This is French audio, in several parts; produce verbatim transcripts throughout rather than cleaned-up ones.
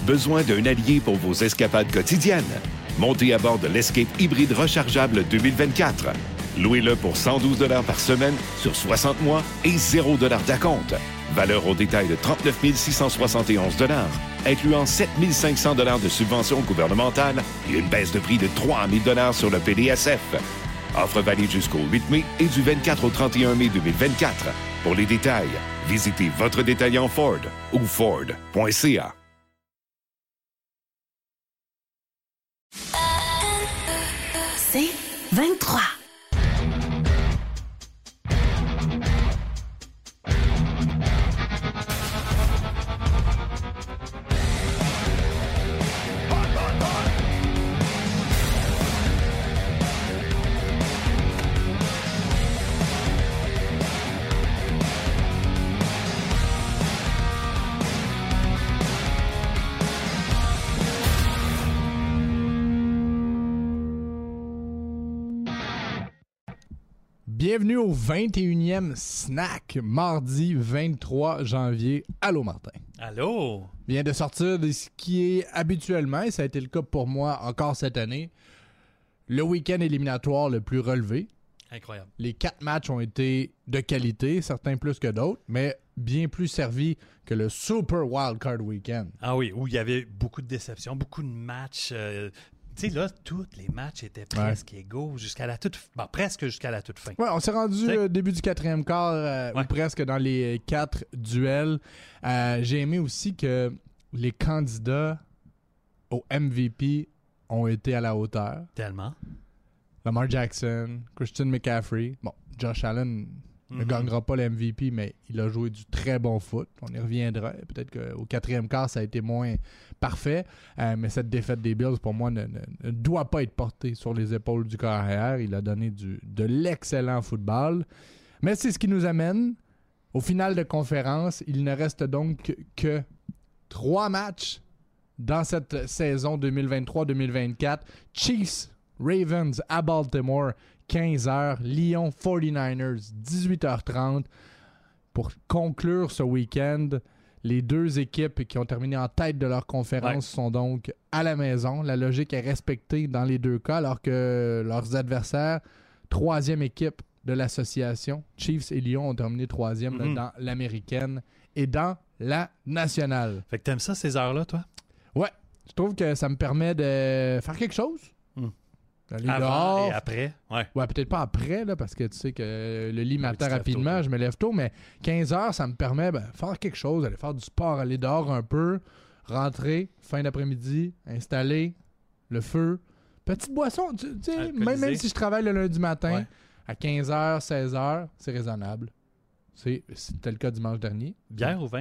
Besoin d'un allié pour vos escapades quotidiennes? Montez à bord de l'Escape hybride rechargeable deux mille vingt-quatre. Louez-le pour cent douze dollars par semaine sur soixante mois et zéro dollars d'acompte. Valeur au détail de trente-neuf mille six cent soixante et onze dollars, incluant sept mille cinq cents dollars de subventions gouvernementales et une baisse de prix de trois mille dollars sur le P D S F. Offre valide jusqu'au huit mai et du vingt-quatre au trente et un mai deux mille vingt-quatre. Pour les détails, visitez votre détaillant Ford ou Ford point C A. C'est vingt-trois. Bienvenue au vingt et unième Snack, mardi vingt-trois janvier. Allô, Martin. Allô. Vient de sortir de ce qui est habituellement, et ça a été le cas pour moi encore cette année, le week-end éliminatoire le plus relevé. Incroyable. Les quatre matchs ont été de qualité, certains plus que d'autres, mais bien plus servis que le Super Wildcard Weekend. Ah oui, où il y avait beaucoup de déceptions, beaucoup de matchs... Euh... Tu sais, là, tous les matchs étaient presque ouais. égaux jusqu'à la toute... Bon, presque jusqu'à la toute fin. Ouais, on s'est rendu au euh, début du quatrième quart, euh, ouais. ou presque dans les quatre duels. Euh, j'ai aimé aussi que les candidats au M V P ont été à la hauteur. Tellement. Lamar Jackson, Christian McCaffrey. Bon, Josh Allen mm-hmm. ne gagnera pas le M V P, mais il a joué du très bon foot. On y reviendra. Peut-être qu'au quatrième quart, ça a été moins parfait. Euh, mais cette défaite des Bills, pour moi, ne, ne, ne doit pas être portée sur les épaules du corps arrière. Il a donné du, de l'excellent football. Mais c'est ce qui nous amène au final de conférence. Il ne reste donc que, que trois matchs dans cette saison deux mille vingt-trois deux mille vingt-quatre. Chiefs, Ravens à Baltimore, quinze heures. Lyon, forty-niners, dix-huit heures trente. Pour conclure ce week-end, les deux équipes qui ont terminé en tête de leur conférence ouais. sont donc à la maison. La logique est respectée dans les deux cas, alors que leurs adversaires, troisième équipe de l'association, Chiefs et Lyon, ont terminé troisième mm-hmm. là, dans l'américaine et dans la nationale. Fait que t'aimes ça, ces heures-là, toi? Ouais. Je trouve que ça me permet de faire quelque chose. Mm. Aller Avant dehors. Et après. Ouais. ouais, peut-être pas après, là, parce que tu sais que le lit m'attend rapidement, tôt, je me lève tôt, mais quinze heures, ça me permet de ben, faire quelque chose, aller faire du sport, aller dehors un peu, rentrer, fin d'après-midi, installer le feu. Petite boisson, tu sais, même, même si je travaille le lundi matin, ouais. à quinze heures, seize heures, c'est raisonnable. C'est, c'était le cas dimanche dernier. Bière ou vin?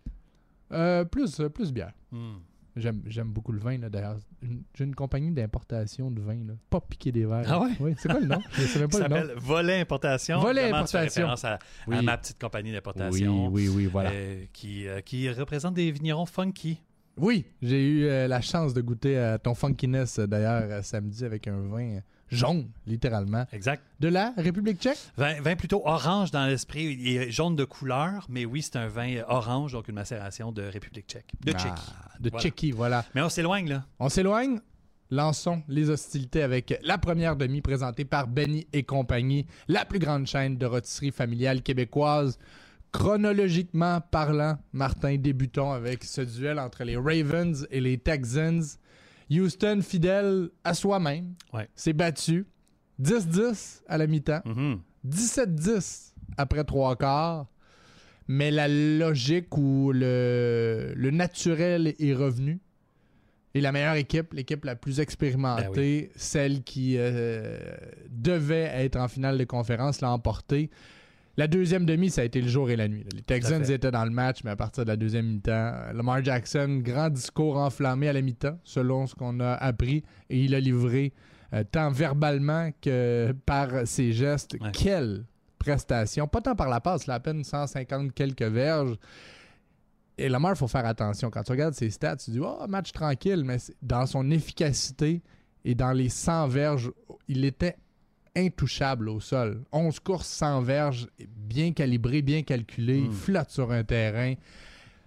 Euh, plus, plus bière. Mm. J'aime, j'aime beaucoup le vin, là, d'ailleurs. Une, j'ai une compagnie d'importation de vin, là. Pas piquer des verres. Ah ouais? Oui, c'est quoi le nom? Je sais même pas ça le nom. s'appelle Volet Importation. Volet Vraiment, Importation. Tu fais référence à, oui. à ma petite compagnie d'importation. Oui, oui, oui, voilà. Euh, qui, euh, qui représente des vignerons funky. Oui, j'ai eu euh, la chance de goûter à ton funkiness, euh, d'ailleurs, euh, samedi, avec un vin jaune, littéralement. Exact. De la République tchèque? Vin, vin plutôt orange dans l'esprit. Il est jaune de couleur, mais oui, c'est un vin orange, donc une macération de République tchèque. De ah, Tchéquie. De voilà. Tchéquie, voilà. Mais on s'éloigne, là. On s'éloigne. Lançons les hostilités avec la première demi présentée par Benny et compagnie, la plus grande chaîne de rôtisserie familiale québécoise. Chronologiquement parlant, Martin, débutons avec ce duel entre les Ravens et les Texans. Houston, fidèle à soi-même, ouais. s'est battu dix dix à la mi-temps, mm-hmm. dix-sept dix après trois quarts, mais la logique ou le, le naturel est revenu. Et la meilleure équipe, l'équipe la plus expérimentée, ben oui. celle qui euh, devait être en finale de conférence, l'a emporté. La deuxième demi, ça a été le jour et la nuit. Les Texans étaient dans le match, mais à partir de la deuxième mi-temps, Lamar Jackson, grand discours enflammé à la mi-temps, selon ce qu'on a appris, et il a livré euh, tant verbalement que par ses gestes. Ouais. Quelle prestation! Pas tant par la passe, là, à peine cent cinquante quelques verges. Et Lamar, il faut faire attention. Quand tu regardes ses stats, tu dis « Oh, match tranquille », mais dans son efficacité et dans les cent verges, il était intouchable au sol. onze courses, cent verges, bien calibrées, bien calculées, mm. flotte sur un terrain.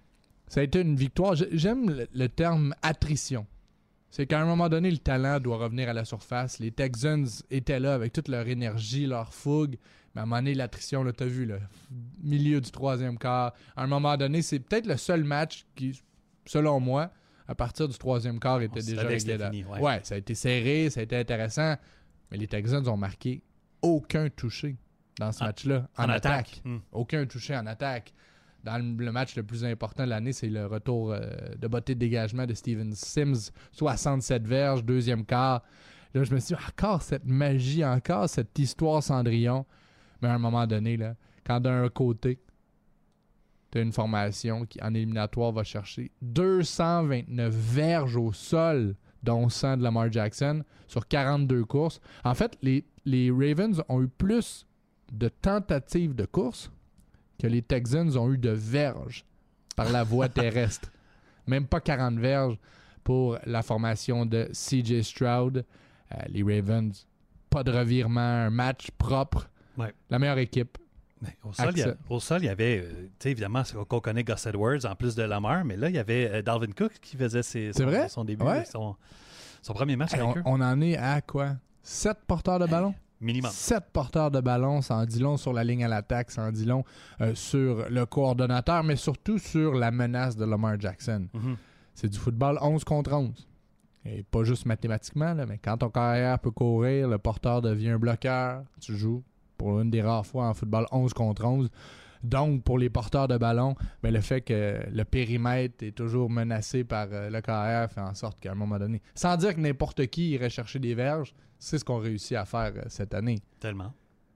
Ça a été une victoire. J'aime le, le terme attrition. C'est qu'à un moment donné, le talent doit revenir à la surface. Les Texans étaient là avec toute leur énergie, leur fougue. Mais à un moment donné, l'attrition, là, t'as vu, le milieu du troisième quart. À un moment donné, c'est peut-être le seul match qui, selon moi, à partir du troisième quart, était déjà réglé. Ouais. ouais, ça a été serré, ça a été intéressant. Mais les Texans ont marqué aucun touché dans ce en, match-là. En, en attaque. attaque. Hmm. Aucun touché en attaque. Dans le, le match le plus important de l'année, c'est le retour euh, de bottée de dégagement de Steven Sims. soixante-sept verges, deuxième quart. Là, je me suis dit, encore cette magie, encore cette histoire Cendrillon. Mais à un moment donné, là, quand d'un côté, tu as une formation qui, en éliminatoire, va chercher deux cent vingt-neuf verges au sol, dont cent de Lamar Jackson, sur quarante-deux courses. En fait, les, les Ravens ont eu plus de tentatives de course que les Texans ont eu de verges par la voie terrestre. Même pas quarante verges pour la formation de C J Stroud. Euh, les Ravens, pas de revirement, un match propre. Ouais. La meilleure équipe. Mais au, sol, il y a, au sol, il y avait, euh, tu sais, évidemment, qu'on connaît Gus Edwards en plus de Lamar, mais là, il y avait euh, Dalvin Cook qui faisait ses, son, vrai? son début, Ouais. son, son premier match Hey, avec on, eux. on en est à quoi? Sept porteurs de ballon? Hey, minimum. Sept porteurs de ballon, ça en dit long sur la ligne à l'attaque, ça en dit long euh, sur le coordonnateur, mais surtout sur la menace de Lamar Jackson. Mm-hmm. C'est du football onze contre onze. Et pas juste mathématiquement, là, mais quand ton carrière peut courir, le porteur devient un bloqueur, tu joues pour une des rares fois en football onze contre onze. Donc, pour les porteurs de ballon, ben, le fait que le périmètre est toujours menacé par euh, le carrière fait en sorte qu'à un moment donné, sans dire que n'importe qui irait chercher des verges, c'est ce qu'on réussit à faire euh, cette année. Tellement.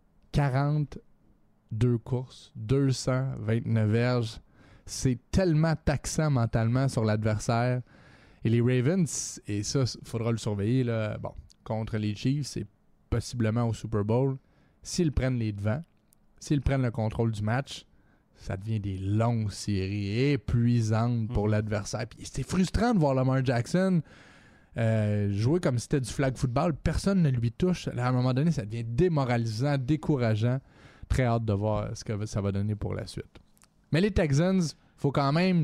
quarante-deux courses, deux cent vingt-neuf verges. C'est tellement taxant mentalement sur l'adversaire. Et les Ravens, et ça, il faudra le surveiller, là, bon, contre les Chiefs, c'est possiblement au Super Bowl. S'ils prennent les devants, s'ils prennent le contrôle du match, ça devient des longues séries épuisantes pour mmh. l'adversaire. Puis c'est frustrant de voir Lamar Jackson euh, jouer comme si c'était du flag football. Personne ne lui touche. À un moment donné, ça devient démoralisant, décourageant. Très hâte de voir ce que ça va donner pour la suite. Mais les Texans, il faut quand même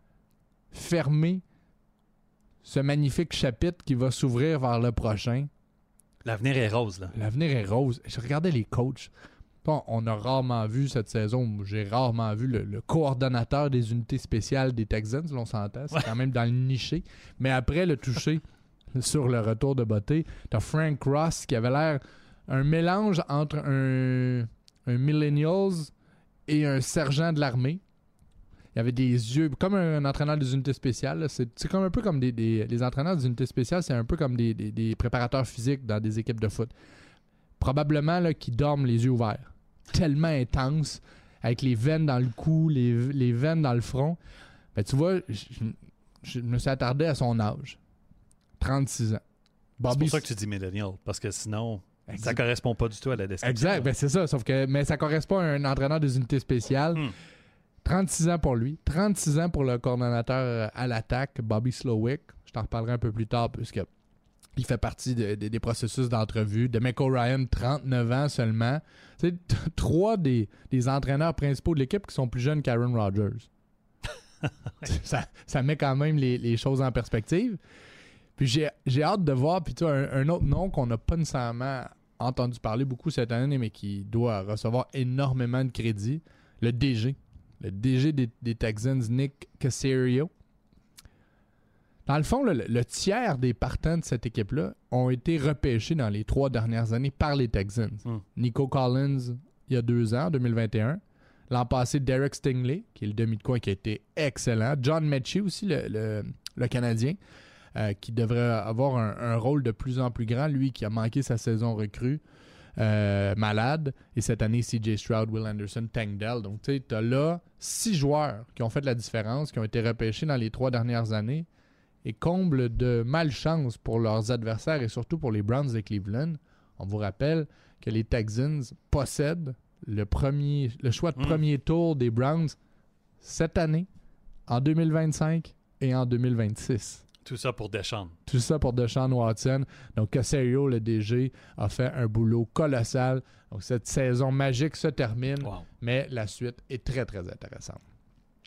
fermer ce magnifique chapitre qui va s'ouvrir vers le prochain. L'avenir est rose, là. L'avenir est rose. Je regardais les coachs. Bon, on a rarement vu cette saison, j'ai rarement vu le, le coordonnateur des unités spéciales des Texans, là, on s'entend, c'est ouais. quand même dans le niché. Mais après le toucher sur le retour de beauté, t'as Frank Ross qui avait l'air un mélange entre un, un Millennials et un sergent de l'armée. Il y avait des yeux, comme un entraîneur des unités spéciales. Là. C'est, c'est comme un peu comme des, des les entraîneurs des unités spéciales, c'est un peu comme des, des, des préparateurs physiques dans des équipes de foot. Probablement là, qui dorment les yeux ouverts. Tellement intense, avec les veines dans le cou, les, les veines dans le front. Ben, tu vois, je, je me suis attardé à son âge. trente-six ans. Bobby, c'est pour ça que tu dis millennial, parce que sinon, exact. Ça correspond pas du tout à la description. Exact, ben, c'est ça. Sauf que, mais ça correspond à un entraîneur des unités spéciales. Hmm. trente-six ans pour lui. trente-six ans pour le coordonnateur à l'attaque, Bobby Slowick. Je t'en reparlerai un peu plus tard, puisque il fait partie de, de, des processus d'entrevue. De DeMeco Ryan, trente-neuf ans seulement. Tu sais, t- trois des, des entraîneurs principaux de l'équipe qui sont plus jeunes qu'Aaron Rodgers. ça, ça met quand même les, les choses en perspective. Puis j'ai, j'ai hâte de voir, puis tu vois, un, un autre nom qu'on n'a pas nécessairement entendu parler beaucoup cette année, mais qui doit recevoir énormément de crédit, le D G. Le D G des, des Texans, Nick Caserio. Dans le fond, le, le tiers des partants de cette équipe-là ont été repêchés dans les trois dernières années par les Texans. Mm. Nico Collins, il y a deux ans, en deux mille vingt et un. L'an passé, Derek Stingley, qui est le demi de coin qui a été excellent. John Mechie aussi, le, le, le Canadien, euh, qui devrait avoir un, un rôle de plus en plus grand. Lui qui a manqué sa saison recrue. Euh, malade. Et cette année, C J Stroud, Will Anderson, Tank Dell. Donc, tu sais, tu as là six joueurs qui ont fait la différence, qui ont été repêchés dans les trois dernières années. Et comble de malchance pour leurs adversaires et surtout pour les Browns de Cleveland. On vous rappelle que les Texans possèdent le, premier, le choix de mmh. premier tour des Browns cette année, en deux mille vingt-cinq et en deux mille vingt-six. Tout ça pour Deshaun. Tout ça pour Deshaun Watson. Donc, Caserio, le D G, a fait un boulot colossal. Donc, cette saison magique se termine, wow. mais la suite est très, très intéressante.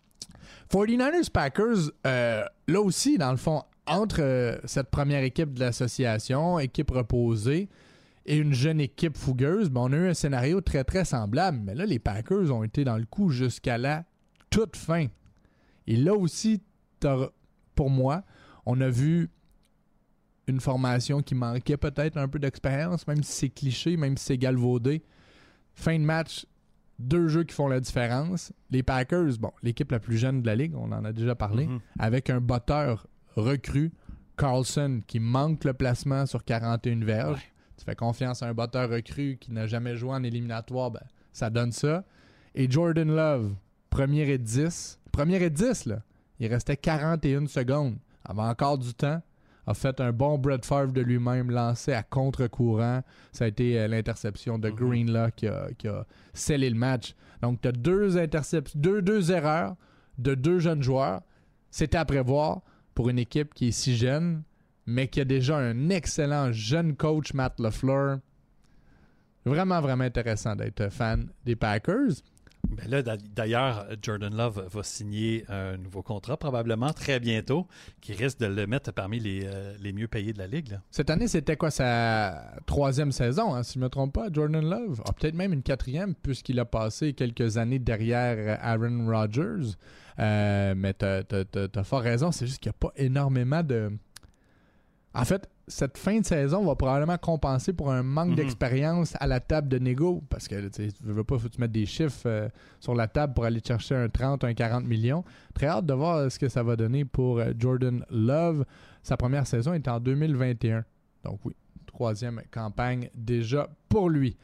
forty-niners Packers, euh, là aussi, dans le fond, entre euh, cette première équipe de l'association, équipe reposée, et une jeune équipe fougueuse, ben, on a eu un scénario très, très semblable. Mais là, les Packers ont été dans le coup jusqu'à la toute fin. Et là aussi, pour moi, on a vu une formation qui manquait peut-être un peu d'expérience, même si c'est cliché, même si c'est galvaudé. Fin de match, deux jeux qui font la différence. Les Packers, bon, l'équipe la plus jeune de la ligue, on en a déjà parlé, mm-hmm. avec un botteur recru, Carlson, qui manque le placement sur quarante et une verges. Ouais. Tu fais confiance à un botteur recru qui n'a jamais joué en éliminatoire, ben, ça donne ça. Et Jordan Love, premier et dix. Premier et dix, là. Il restait quarante et une secondes. Avait encore du temps. A fait un bon Brett Favre de lui-même, lancé à contre-courant. Ça a été euh, l'interception de Green là, qui, a, qui a scellé le match. Donc, tu as deux interceptions, deux, deux erreurs de deux jeunes joueurs. C'était à prévoir pour une équipe qui est si jeune, mais qui a déjà un excellent jeune coach, Matt LaFleur. Vraiment, vraiment intéressant d'être fan des Packers. Ben là, d'ailleurs, Jordan Love va signer un nouveau contrat probablement très bientôt qui risque de le mettre parmi les, euh, les mieux payés de la Ligue. Là. Cette année, c'était quoi sa troisième saison, hein, si je ne me trompe pas, Jordan Love? Ah, peut-être même une quatrième puisqu'il a passé quelques années derrière Aaron Rodgers. Euh, mais tu as fort raison, c'est juste qu'il n'y a pas énormément de... En fait, cette fin de saison va probablement compenser pour un manque mm-hmm. d'expérience à la table de négo. Parce que tu ne veux pas, faut que tu mettes des chiffres euh, sur la table pour aller chercher un trente, un quarante millions. Très hâte de voir ce que ça va donner pour euh, Jordan Love. Sa première saison est en deux mille vingt et un. Donc oui, troisième campagne déjà pour lui.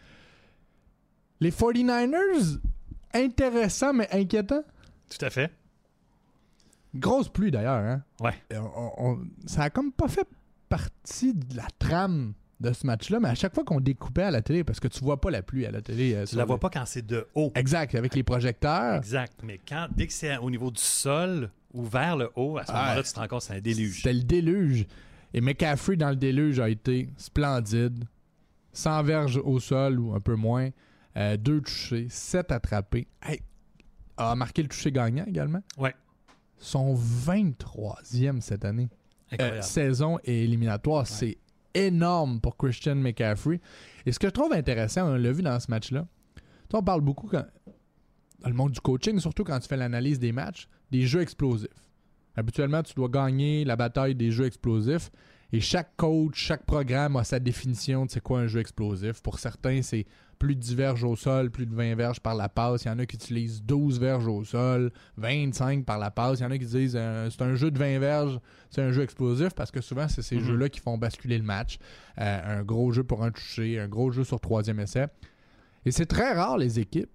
Les forty-niners, intéressant mais inquiétant. Tout à fait. Grosse pluie d'ailleurs. Hein? Ouais. On, on, ça a comme pas fait partie de la trame de ce match-là, mais à chaque fois qu'on découpait à la télé, parce que tu vois pas la pluie à la télé. Euh, tu la vois le... pas quand c'est de haut. Exact, avec les projecteurs. Exact, mais quand dès que c'est au niveau du sol ou vers le haut, à ce moment-là, ah, tu te rends compte que c'est un déluge. C'était le déluge. Et McCaffrey dans le déluge a été splendide. cent verges au sol ou un peu moins. Euh, deux touchés, sept attrapés. Hey, a marqué le touché gagnant également. Ouais. Son vingt-troisième cette année. Euh, saison et éliminatoire, ouais. C'est énorme pour Christian McCaffrey. Et ce que je trouve intéressant, on l'a vu dans ce match-là, on parle beaucoup quand, dans le monde du coaching, surtout quand tu fais l'analyse des matchs, des jeux explosifs. Habituellement, tu dois gagner la bataille des jeux explosifs et chaque coach, chaque programme a sa définition de c'est quoi un jeu explosif. Pour certains, c'est plus de dix verges au sol, plus de vingt verges par la passe. Il y en a qui utilisent douze verges au sol, vingt-cinq par la passe. Il y en a qui disent euh, c'est un jeu de vingt verges, c'est un jeu explosif parce que souvent, c'est ces mm-hmm. jeux-là qui font basculer le match. Euh, un gros jeu pour un toucher, un gros jeu sur troisième essai. Et c'est très rare, les équipes,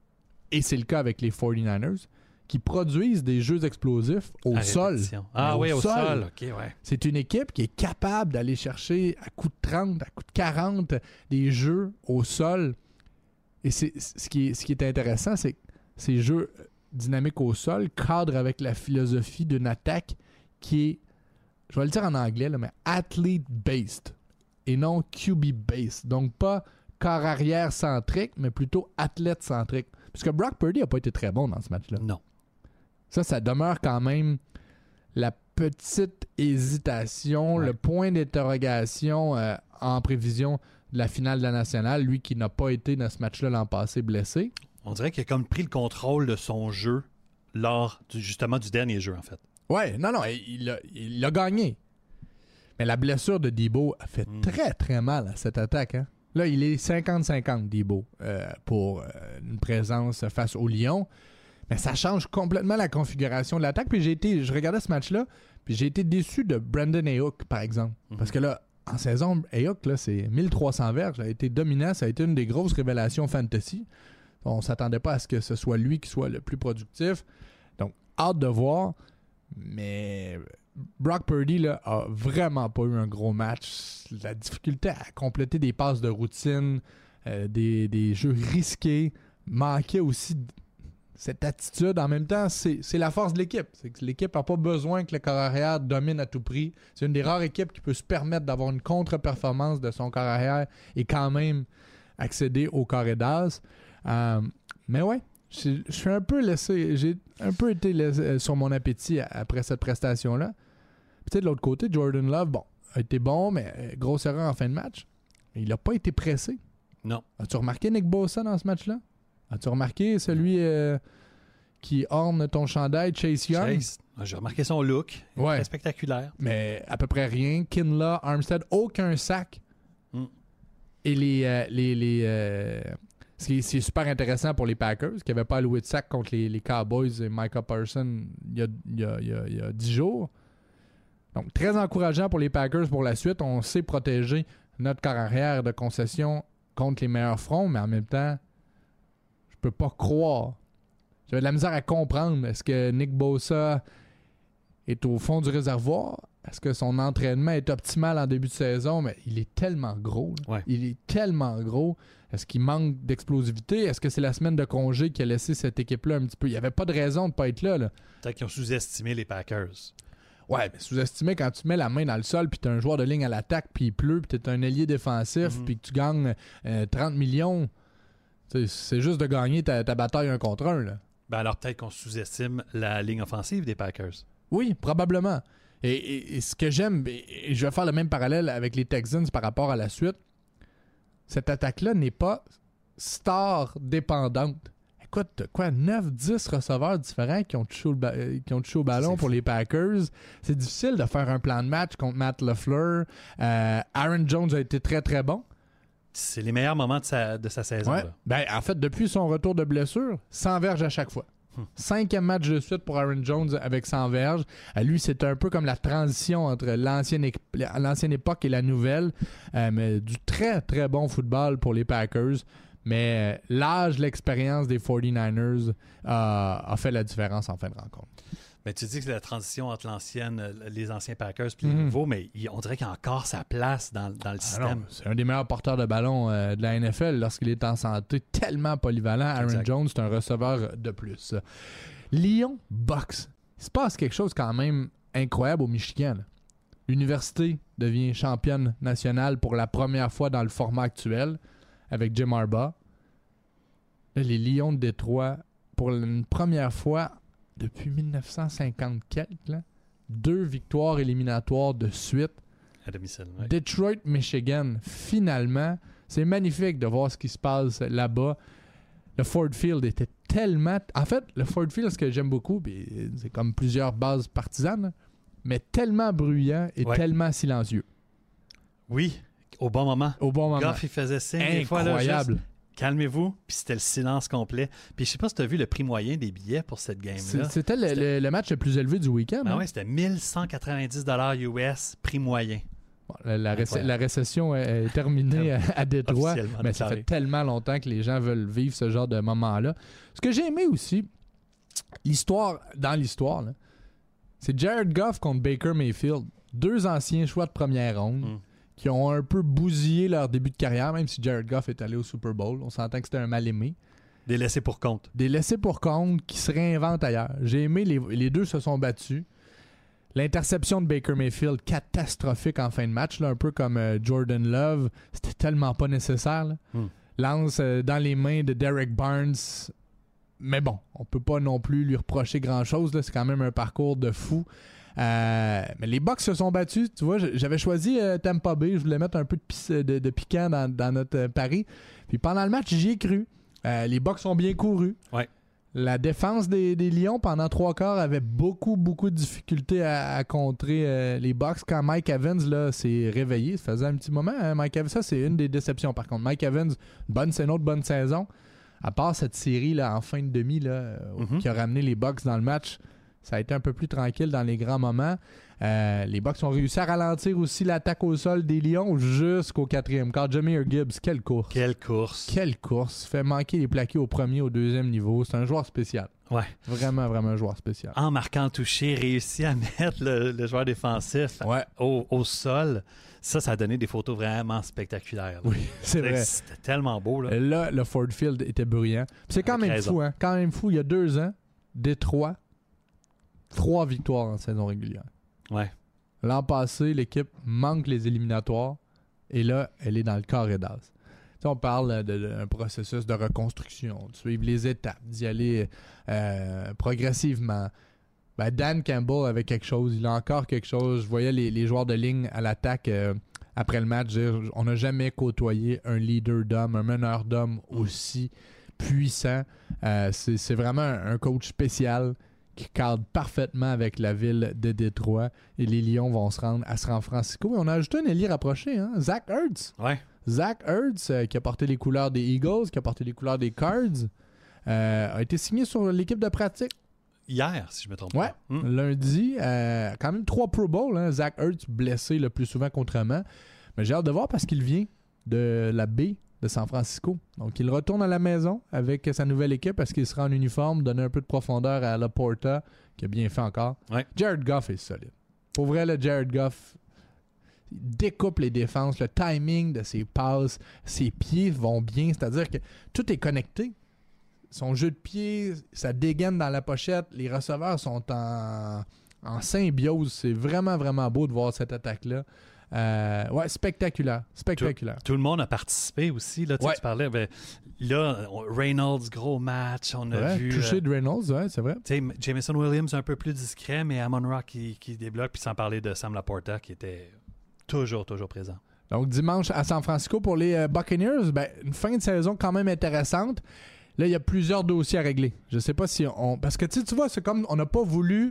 et c'est le cas avec les forty-niners, qui produisent des jeux explosifs au à sol. Répétition. Ah oui, au sol. sol. Okay, ouais. C'est une équipe qui est capable d'aller chercher à coup de trente, à coup de quarante des jeux au sol. Et c'est, ce, qui est, ce qui est intéressant, c'est que ces jeux dynamiques au sol cadrent avec la philosophie d'une attaque qui est, je vais le dire en anglais, là, mais athlete-based et non Q B-based. Donc pas corps arrière centrique, mais plutôt athlète centrique. Parce que Brock Purdy n'a pas été très bon dans ce match-là. Non. Ça, ça demeure quand même la petite hésitation, ouais. le point d'interrogation euh, en prévision de la finale de la nationale. Lui qui n'a pas été dans ce match-là l'an passé blessé. On dirait qu'il a comme pris le contrôle de son jeu lors du, justement du dernier jeu, en fait. Ouais, non, non, il a, il a gagné. Mais la blessure de Debo a fait mm. très, très mal à cette attaque. Hein? Là, il est cinquante cinquante, Debo, euh, pour euh, une présence face au Lions. Mais ça change complètement la configuration de l'attaque. Puis j'ai été, je regardais ce match-là, puis j'ai été déçu de Brandon Ayuk, par exemple. Mm-hmm. Parce que là, en saison, Ayuk, là, c'est mille trois cents verges. Ça a été dominant. Ça a été une des grosses révélations fantasy. On ne s'attendait pas à ce que ce soit lui qui soit le plus productif. Donc, hâte de voir. Mais Brock Purdy là, a vraiment pas eu un gros match. La difficulté à compléter des passes de routine, euh, des, des jeux risqués, manquait aussi d- cette attitude. En même temps, c'est, c'est la force de l'équipe. C'est que l'équipe n'a pas besoin que le corps arrière domine à tout prix. C'est une des rares équipes qui peut se permettre d'avoir une contre-performance de son corps arrière et quand même accéder au carré d'as. Euh, mais ouais, Je suis un peu laissé. J'ai un peu été laissé sur mon appétit après cette prestation-là. Puis, tu sais, de l'autre côté, Jordan Love, bon, a été bon, mais grosse erreur en fin de match. Il n'a pas été pressé. Non. As-tu remarqué Nick Bosa dans ce match-là? As-tu remarqué celui euh, qui orne ton chandail, Chase Young? Chase, j'ai remarqué son look. Ouais. Très spectaculaire. Mais à peu près rien. Kinlaw, Armstead, aucun sac. Mm. Et les... Euh, les, les euh, ce qui est, c'est super intéressant pour les Packers, qui n'avaient pas alloué de sac contre les, les Cowboys et Micah Parsons il y a, il y a, il y a, il y a dix jours. Donc, très encourageant pour les Packers pour la suite. On sait protéger notre corps arrière de concession contre les meilleurs fronts, mais en même temps, je peux pas croire. J'avais de la misère à comprendre. Est-ce que Nick Bosa est au fond du réservoir? Est-ce que son entraînement est optimal en début de saison? Mais il est tellement gros. Ouais. Il est tellement gros. Est-ce qu'il manque d'explosivité? Est-ce que c'est la semaine de congé qui a laissé cette équipe-là un petit peu? Il n'y avait pas de raison de ne pas être là. là. Peut-être qu'ils ont sous-estimé les Packers. Ouais, mais sous-estimé quand tu mets la main dans le sol puis tu as un joueur de ligne à l'attaque puis il pleut puis tu es un ailier défensif Mm-hmm. puis que tu gagnes euh, trente millions, c'est, c'est juste de gagner ta, ta bataille un contre un. Là. Ben alors peut-être qu'on sous-estime la ligne offensive des Packers. Oui, probablement. Et, et, et ce que j'aime, et, et je vais faire le même parallèle avec les Texans par rapport à la suite, cette attaque-là n'est pas star dépendante. Écoute, quoi, neuf dix receveurs différents qui ont touché, le ba- qui ont touché au ballon C'est pour fou. les Packers. C'est difficile de faire un plan de match contre Matt LaFleur. Euh, Aaron Jones a été très, très bon. C'est les meilleurs moments de sa, de sa saison. Ouais. Là. Ben, en fait, depuis son retour de blessure, cent verges à chaque fois. Hmm. Cinquième match de suite pour Aaron Jones avec cent verges. À lui, c'est un peu comme la transition entre l'ancienne, é- l'ancienne époque et la nouvelle. Euh, mais du très, très bon football pour les Packers. Mais euh, l'âge, l'expérience des forty-niners euh, a fait la différence en fin de rencontre. Ben, tu dis que c'est la transition entre l'ancienne, euh, les anciens Packers et Mhm. les nouveaux, mais il- on dirait qu'il a encore sa place dans, dans le Ah système. non, c'est un des meilleurs porteurs de ballon euh, de la N F L lorsqu'il est en santé, tellement polyvalent. Aaron Exact. Jones, c'est un receveur de plus. Lyon, Bucks. Il se passe quelque chose quand même incroyable au Michigan. là. L'université devient championne nationale pour la première fois dans le format actuel avec Jim Harbaugh. Là, les Lions de Détroit, pour une première fois depuis dix-neuf cent cinquante quelques, là, deux victoires éliminatoires de suite. À domicile. Ouais. Detroit, Michigan, finalement, c'est magnifique de voir ce qui se passe là-bas. Le Ford Field était tellement... En fait, le Ford Field, ce que j'aime beaucoup, puis c'est comme plusieurs bases partisanes, là, mais tellement bruyant et Ouais. tellement silencieux. Oui, au bon moment. Au bon moment. Goff, il faisait signe des fois. Là, Incroyable. juste, calmez-vous, puis c'était le silence complet. Puis je sais pas si tu as vu le prix moyen des billets pour cette C'est- game-là. C'était le, C'était- le- le match le plus élevé du week-end. Ah hein? ouais, c'était mille cent quatre-vingt-dix dollars U S, prix moyen. Bon, la, la réce- Incroyable. la récession est, est terminée à, à Détroit, Officiellement mais ça déclaré. fait tellement longtemps que les gens veulent vivre ce genre de moment-là. Ce que j'ai aimé aussi, l'histoire, dans l'histoire, là, c'est Jared Goff contre Baker Mayfield. Deux anciens choix de première ronde Mm. qui ont un peu bousillé leur début de carrière, même si Jared Goff est allé au Super Bowl. On s'entend que c'était un mal-aimé. Des laissés pour compte. Des laissés pour compte qui se réinventent ailleurs. J'ai aimé, les, les deux se sont battus. L'interception de Baker Mayfield, catastrophique en fin de match, là, un peu comme euh, Jordan Love. C'était tellement pas nécessaire. Là. Hmm. Lance euh, dans les mains de Derek Barnes. Mais bon, on peut pas non plus lui reprocher grand-chose. Là. C'est quand même un parcours de fou. Euh, mais les Bucks se sont battus. Tu vois, j'avais choisi euh, Tampa Bay. Je voulais mettre un peu de, pis- de, de piquant dans, dans notre euh, pari. Puis pendant le match, j'y ai cru. Euh, les Bucks ont bien couru. Ouais. La défense des, des Lions, pendant trois quarts, avait beaucoup, beaucoup de difficultés à, à contrer euh, les Bucks. Quand Mike Evans là, s'est réveillé, ça faisait un petit moment, hein, Mike Evans, ça c'est une des déceptions. Par contre, Mike Evans, bonne, c'est une autre bonne saison. À part cette série là, en fin de demi là, euh, Mhm. qui a ramené les Bucks dans le match, ça a été un peu plus tranquille dans les grands moments. Euh, les Bucks ont réussi à ralentir aussi l'attaque au sol des Lions jusqu'au quatrième quart. Jahmyr Gibbs, quelle course! Quelle course. Quelle course! Fait manquer les plaqués au premier, au deuxième niveau. C'est un joueur spécial. Ouais. Vraiment, vraiment un joueur spécial. En marquant le toucher, réussi à mettre le, le joueur défensif Ouais. au, au sol. Ça, ça a donné des photos vraiment spectaculaires. là. Oui, c'est vrai. C'était tellement beau. Là. Là, le Ford Field était bruyant. Puis c'est quand Avec même raison. fou, hein? Quand même fou. Il y a deux ans, Détroit, trois victoires en saison régulière. Ouais. L'an passé, l'équipe manque les éliminatoires. Et là, elle est dans le carré d'as. sais, on parle d'un processus de reconstruction, de suivre les étapes, d'y aller euh, progressivement. Ben, Dan Campbell avait quelque chose, il a encore quelque chose. Je voyais les, les joueurs de ligne à l'attaque euh, après le match dire on n'a jamais côtoyé un leader d'homme, un meneur d'homme aussi puissant. Euh, c'est, c'est vraiment un, un coach spécial qui cadre parfaitement avec la ville de Détroit. Et les Lions vont se rendre à San Francisco. Et on a ajouté un ailier rapproché, hein? Zach Ertz. Ouais. Zach Ertz, euh, qui a porté les couleurs des Eagles, qui a porté les couleurs des Cards, euh, a été signé sur l'équipe de pratique. Hier, si je me trompe Ouais, pas. Mm. lundi. Euh, quand même trois Pro Bowl. Hein? Zach Ertz blessé le plus souvent qu'autrement. Mais j'ai hâte de voir parce qu'il vient de la baie de San Francisco. Donc, il retourne à la maison avec sa nouvelle équipe parce qu'il sera en uniforme, donner un peu de profondeur à Laporta, qui a bien fait encore. Ouais. Jared Goff est solide. Pour vrai, le Jared Goff il découpe les défenses, le timing de ses passes, ses pieds vont bien, c'est-à-dire que tout est connecté. Son jeu de pied, ça dégaine dans la pochette, les receveurs sont en, en symbiose. C'est vraiment, vraiment beau de voir cette attaque-là. Euh, ouais, spectaculaire. Spectaculaire. Tout, tout le monde a participé aussi. Là, tu, sais, Ouais. tu parlais, ben, là, on- Reynolds, gros match. On a Ouais, vu. touché euh, de Reynolds, ouais, c'est vrai. tu sais, Jameson Williams un peu plus discret, mais Amon-Ra qui, qui débloque. Puis sans parler de Sam Laporta qui était toujours, toujours présent. Donc, dimanche à San Francisco pour les euh, Buccaneers, ben, une fin de saison quand même intéressante. Là, il y a plusieurs dossiers à régler. Je sais pas si on... Parce que tu sais, tu vois, c'est comme on n'a pas voulu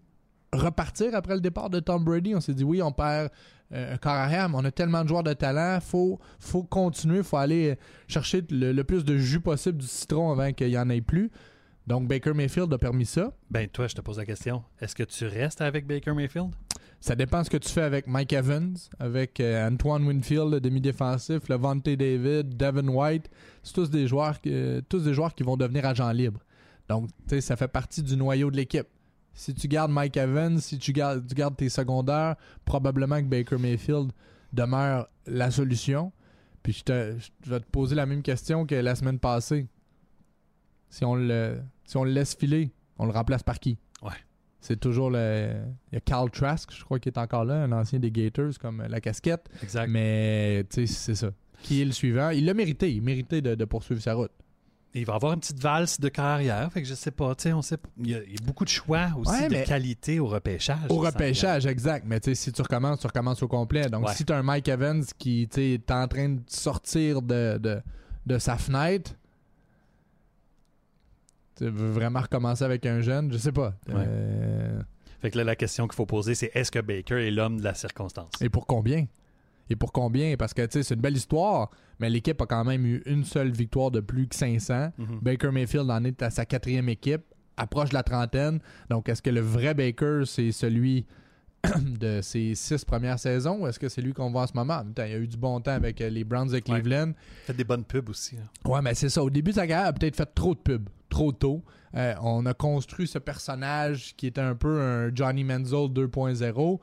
repartir après le départ de Tom Brady. On s'est dit, oui, on perd euh, un corps arrière, mais on a tellement de joueurs de talent. Faut, faut continuer. Faut aller chercher le, le plus de jus possible du citron avant qu'il n'y en ait plus. Donc, Baker Mayfield a permis ça. Ben, toi, je te pose la question. Est-ce que tu restes avec Baker Mayfield? Ça dépend de ce que tu fais avec Mike Evans, avec euh, Antoine Winfield, le demi-défensif, Levante David, Devin White. C'est tous des joueurs, euh, tous des joueurs qui vont devenir agents libres. Donc, tu sais, ça fait partie du noyau de l'équipe. Si tu gardes Mike Evans, si tu gardes, tu gardes tes secondaires, probablement que Baker Mayfield demeure la solution. Puis je, te, je vais te poser la même question que la semaine passée. Si on le, si on le laisse filer, on le remplace par qui? Ouais. C'est toujours le... Il y a Carl Trask, je crois, qui est encore là, un ancien des Gators, comme la casquette. Exact. Mais, tu sais, c'est ça. Qui est le suivant? Il l'a mérité. Il méritait de, de poursuivre sa route. Il va avoir une petite valse de carrière. Fait que je sais pas. Tu sais, on sait pas. Il y, a, il y a beaucoup de choix aussi Ouais, de mais- qualité au repêchage. Au ça, repêchage, exact. Mais, tu sais, si tu recommences, tu recommences au complet. Donc, Ouais. si tu as un Mike Evans qui, tu sais, est en train de sortir de, de, de sa fenêtre, tu veux vraiment recommencer avec un jeune, je sais pas. Ouais. Euh, Fait que là, la question qu'il faut poser, c'est est-ce que Baker est l'homme de la circonstance? Et pour combien? Et pour combien? Parce que, tu sais, c'est une belle histoire, mais l'équipe a quand même eu une seule victoire de plus que cinq cents. Mhm. Baker Mayfield en est à sa quatrième équipe, approche de la trentaine. Donc, est-ce que le vrai Baker, c'est celui de ses six premières saisons ou est-ce que c'est lui qu'on voit en ce moment? En même temps, il y a eu du bon temps avec euh, les Browns de Cleveland. Fait des bonnes pubs aussi. Hein. Ouais, mais c'est ça. Au début de sa carrière, il a peut-être fait trop de pubs, trop tôt. Euh, on a construit ce personnage qui était un peu un Johnny Manziel deux point zéro.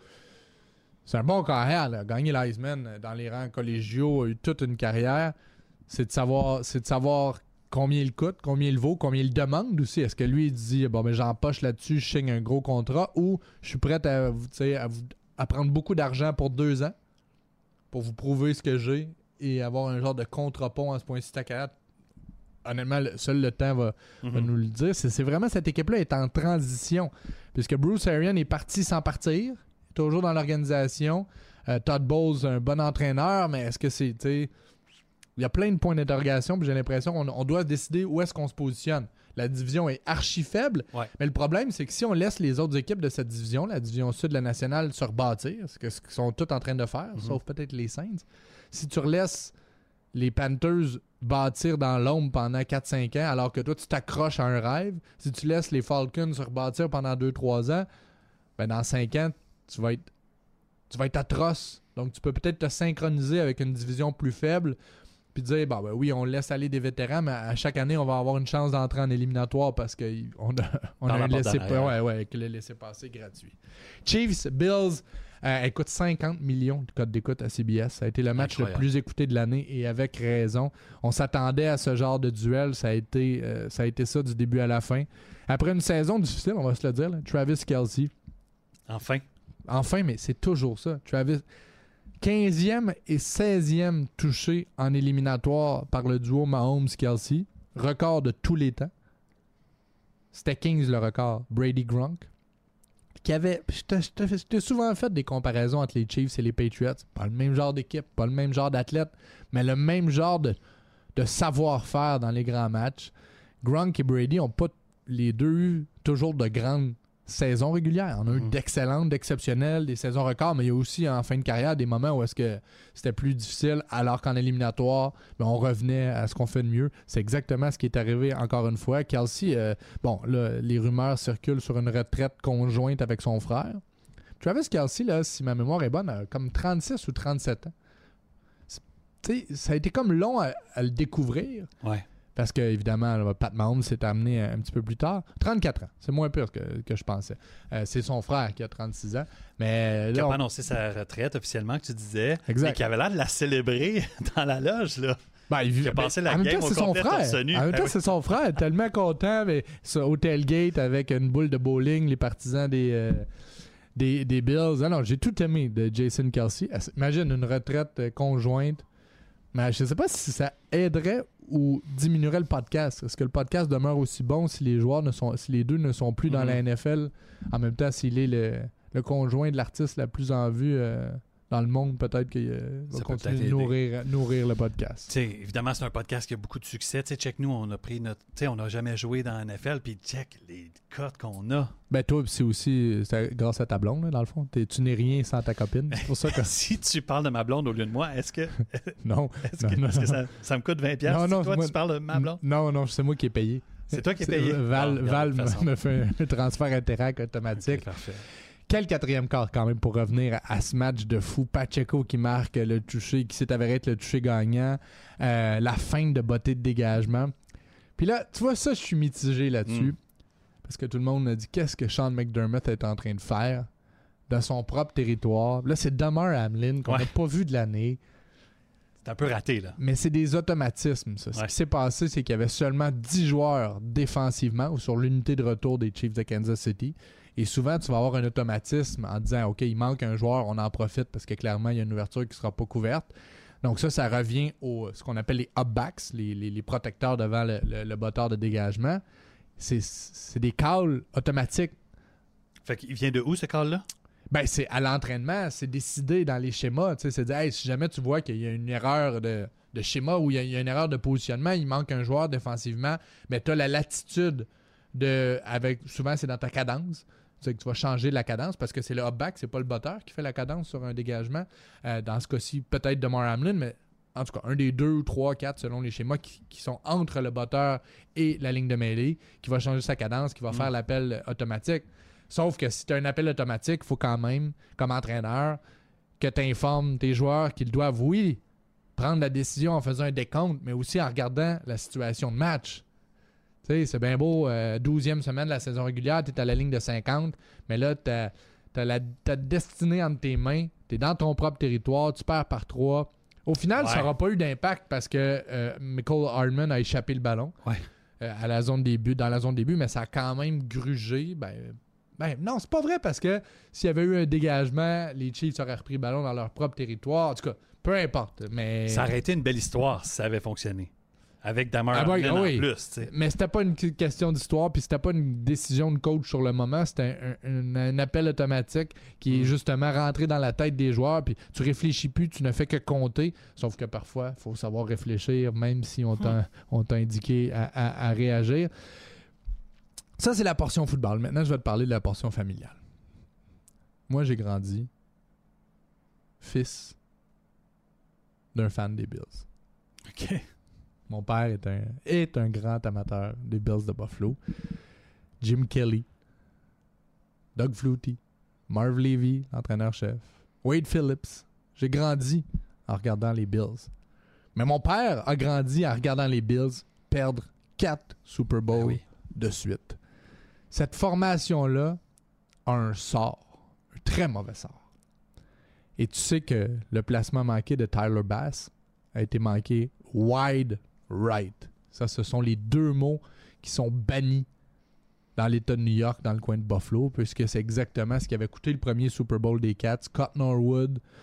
C'est un bon carrière, là. Gagner l'Heisman dans les rangs collégiaux, a eu toute une carrière. C'est de savoir, c'est de savoir combien il coûte, combien il vaut, combien il demande aussi. Est-ce que lui, il dit, bon, ben j'empoche là-dessus, je signe un gros contrat, ou je suis prêt à, vous- tu sais, à, vous- à prendre beaucoup d'argent pour deux ans pour vous prouver ce que j'ai et avoir un genre de contre-pont à ce point-ci de ta carrière. Honnêtement, le- seul le temps va, va Mhm. nous le dire. C'est, c'est vraiment cette équipe-là est en transition. Puisque Bruce Arians est parti sans partir, toujours dans l'organisation. Euh, Todd Bowles, un bon entraîneur, mais est-ce que c'est, tu sais, il y a plein de points d'interrogation, puis j'ai l'impression qu'on on doit décider où est-ce qu'on se positionne. La division est archi faible, Ouais. mais le problème, c'est que si on laisse les autres équipes de cette division, la division sud de la nationale, se rebâtir, ce que- ce qu'ils sont tous en train de faire, Mhm. sauf peut-être les Saints, si tu relaisses les Panthers bâtir dans l'ombre pendant quatre cinq ans, alors que toi, tu t'accroches à un rêve, si tu laisses les Falcons se rebâtir pendant deux trois ans, ben dans cinq ans, tu vas être tu vas être atroce. Donc, tu peux peut-être te synchroniser avec une division plus faible puis dire, bon, ben oui, on laisse aller des vétérans, mais à chaque année, on va avoir une chance d'entrer en éliminatoire parce qu'on a, on Par a la un porte laissé, d'arrière. ouais, ouais, avec le laissez-passer gratuit. Chiefs, Bills, euh, écoute, cinquante millions de codes d'écoute à C B S. Ça a été le match Incroyable. le plus écouté de l'année et avec raison. On s'attendait à ce genre de duel. Ça a été, euh, ça a été ça du début à la fin. Après une saison difficile, on va se le dire, là, Travis Kelce. Enfin. Enfin, mais c'est toujours ça. Travis, quinzième et seizième touché en éliminatoire par le duo Mahomes-Kelsey. Record de tous les temps. C'était quinze le record. Brady Gronk. Qui avait. Je t'ai- je t'ai je t'ai souvent fait des comparaisons entre les Chiefs et les Patriots. Pas le même genre d'équipe, pas le même genre d'athlète, mais le même genre de, de savoir-faire dans les grands matchs. Gronk et Brady n'ont pas les deux eu toujours de grandes saisons régulières. On a eu Mm. d'excellentes, d'exceptionnelles, des saisons records, mais il y a aussi en fin de carrière des moments où est-ce que c'était plus difficile, alors qu'en éliminatoire, ben, on revenait à ce qu'on fait de mieux. C'est exactement ce qui est arrivé encore une fois. Kelsey, euh, bon, là, les rumeurs circulent sur une retraite conjointe avec son frère. Travis Kelsey, là, si ma mémoire est bonne, a comme trente-six ou trente-sept ans. C'est- tu sais, ça a été comme long à, à le découvrir. Ouais. Parce que, évidemment, là, Pat Mahomes s'est amené un petit peu plus tard. trente-quatre ans. C'est moins pire que, que je pensais. Euh, c'est son frère qui a trente-six ans. Mais Qui là, a on- pas annoncé sa retraite officiellement, que tu disais. Exact. Et qui avait l'air de la célébrer dans la loge, là. ben, il J'ai ben, passé la en même game temps, au c'est son complet frère. torse nu. En même Ben temps, oui. c'est son frère. Tellement content. Mais, ça, au tailgate avec une boule de bowling, les partisans des, euh, des, des Bills. Ah non, j'ai tout aimé de Jason Kelsey. Imagine une retraite euh, conjointe. Mais je ne sais pas si ça aiderait ou diminuerait le podcast. Est-ce que le podcast demeure aussi bon si les joueurs ne sont, si les deux ne sont plus dans Mhm. la N F L, en même temps s'il est le, le conjoint de l'artiste la plus en vue euh, dans le monde, peut-être qu'il euh, va Ça peut continuer de peut-être nourrir, nourrir le podcast. Tu sais, évidemment, c'est un podcast qui a beaucoup de succès. Tu sais, check nous, on a pris notre. Tu sais, on n'a jamais joué dans la N F L, puis check les cotes qu'on a. Ben toi, c'est aussi c'est grâce à ta blonde, là, dans le fond. T'es- tu n'es rien sans ta copine. C'est pour ça que... Si tu parles de ma blonde au lieu de moi, est-ce que, non. est-ce Non, que, non, est-ce que non. ça, ça me coûte vingt piastres? Non, non, Toi, moi- tu parles de ma blonde? Non, non, c'est moi qui ai payé. C'est toi qui es payé? Val, Bon, regarde, Val de toute me, façon. me fait un transfert Interac automatique. Ok, parfait. Quel quatrième quart quand même pour revenir à, à ce match de fou. Pacheco qui marque le toucher, qui s'est avéré être le toucher gagnant. Euh, la feinte de beauté de dégagement. Puis là, tu vois ça, je suis mitigé là-dessus. Mm. Parce que tout le monde a dit qu'est-ce que Sean McDermott est en train de faire dans son propre territoire. Là, c'est Damar Hamlin qu'on n'a Ouais. pas vu de l'année. C'est un peu raté, là. Mais c'est des automatismes, ça. Ce Ouais. qui s'est passé, c'est qu'il y avait seulement dix joueurs défensivement ou sur l'unité de retour des Chiefs de Kansas City. Et souvent, tu vas avoir un automatisme en disant OK, il manque un joueur, on en profite parce que clairement, il y a une ouverture qui ne sera pas couverte. Donc, ça, ça revient au ce qu'on appelle les upbacks, les, les, les protecteurs devant le, le, le botteur de dégagement. C'est, c'est des calls automatiques. Fait qu'il vient de où, ce call-là? Ben, c'est à l'entraînement, c'est décidé dans les schémas. Tu sais, c'est dire, hey, si jamais tu vois qu'il y a une erreur de, de schéma ou il y, a, il y a une erreur de positionnement, il manque un joueur défensivement, mais tu as la latitude de. avec Souvent, c'est dans ta cadence. Tu sais que tu vas changer la cadence parce que c'est le hop-back, c'est pas le botteur qui fait la cadence sur un dégagement. Euh, dans ce cas-ci, peut-être Damar Hamlin, mais en tout cas, un des deux ou trois, quatre, selon les schémas, qui, qui sont entre le botteur et la ligne de mêlée, qui va changer sa cadence, qui va Mm. faire l'appel automatique. Sauf que si tu as un appel automatique, il faut quand même, comme entraîneur, que tu informes tes joueurs qu'ils doivent, oui, prendre la décision en faisant un décompte, mais aussi en regardant la situation de match. Tu sais, c'est bien beau, euh, douzième semaine de la saison régulière, tu es à la ligne de cinquante, mais là, tu as ta destinée entre tes mains, tu es dans ton propre territoire, tu perds par trois. Au final, Ouais. ça n'aura pas eu d'impact parce que euh, Michael Hardman a échappé le ballon Ouais. euh, à la zone des buts, dans la zone des buts, mais ça a quand même grugé. Ben, ben non, c'est pas vrai parce que s'il y avait eu un dégagement, les Chiefs auraient repris le ballon dans leur propre territoire. En tout cas, peu importe. Mais Ça aurait été une belle histoire si ça avait fonctionné. Avec Damar Ah ben, Hamlin ah en oui. plus, tu sais. Mais c'était pas une qu- question d'histoire, puis c'était pas une décision de coach sur le moment, c'était un, un- un appel automatique qui est Mm. justement rentré dans la tête des joueurs, puis tu réfléchis plus, tu ne fais que compter, sauf que parfois, il faut savoir réfléchir, même si on t'a on t'a indiqué à, à- à réagir. Ça, c'est la portion football. Maintenant, je vais te parler de la portion familiale. Moi, j'ai grandi fils d'un fan des Bills. OK. Mon père est un, est un grand amateur des Bills de Buffalo. Jim Kelly, Doug Flutie, Marv Levy, entraîneur-chef, Wade Phillips. J'ai grandi en regardant les Bills. Mais mon père a grandi en regardant les Bills perdre quatre Super Bowls Ben oui. de suite. Cette formation-là a un sort, un très mauvais sort. Et tu sais que le placement manqué de Tyler Bass a été manqué wide right. Ça, ce sont les deux mots qui sont bannis dans l'État de New York, dans le coin de Buffalo, puisque c'est exactement ce qui avait coûté le premier Super Bowl des Cats. Scott Norwood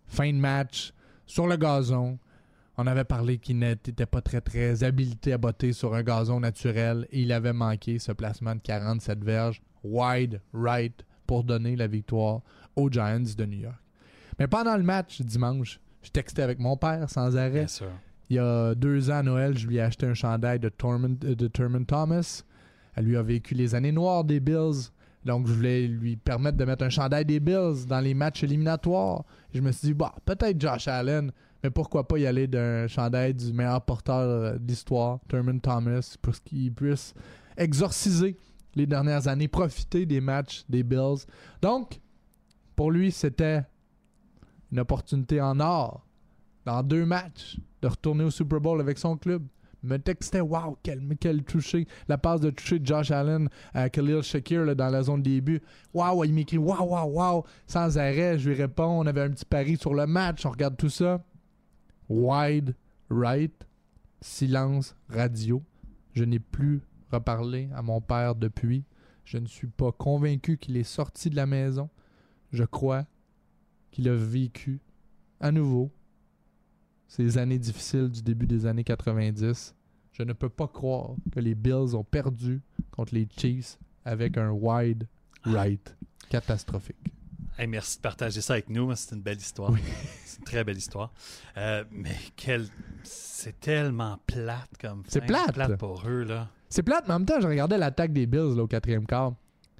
fin de match, sur le gazon. On avait parlé qu'il n'était pas très, très habilité à botter sur un gazon naturel et il avait manqué ce placement de quarante-sept verges wide right pour donner la victoire aux Giants de New York. Mais pendant le match dimanche, je textais avec mon père sans arrêt. Bien sûr. Il y a deux ans à Noël, je lui ai acheté un chandail de Thurman, de Thurman Thomas. Elle lui a vécu les années noires des Bills. Donc, je voulais lui permettre de mettre un chandail des Bills dans les matchs éliminatoires. Et je me suis dit, bah, peut-être Josh Allen, mais pourquoi pas y aller d'un chandail du meilleur porteur de l'histoire, Thurman Thomas, pour qu'il puisse exorciser les dernières années, profiter des matchs des Bills. Donc, pour lui, c'était une opportunité en or, dans deux matchs, de retourner au Super Bowl avec son club. Me textait, wow, quel, quel toucher. La passe de toucher de Josh Allen à Khalil Shakir là, dans la zone début. Wow, il m'écrit, wow, wow, wow. Sans arrêt, je lui réponds. On avait un petit pari sur le match. On regarde tout ça. Wide right. Silence radio. Je n'ai plus reparlé à mon père depuis. Je ne suis pas convaincu qu'il est sorti de la maison. Je crois qu'il a vécu à nouveau ces années difficiles du début des années quatre-vingt-dix. Je ne peux pas croire que les Bills ont perdu contre les Chiefs avec un wide right catastrophique. Hey, merci de partager ça avec nous. C'est une belle histoire. Oui. C'est une très belle histoire. Euh, mais quel... c'est tellement plate comme C'est fin. plate. plate pour eux, là. C'est plate, mais en même temps, je regardais l'attaque des Bills là, au quatrième quart.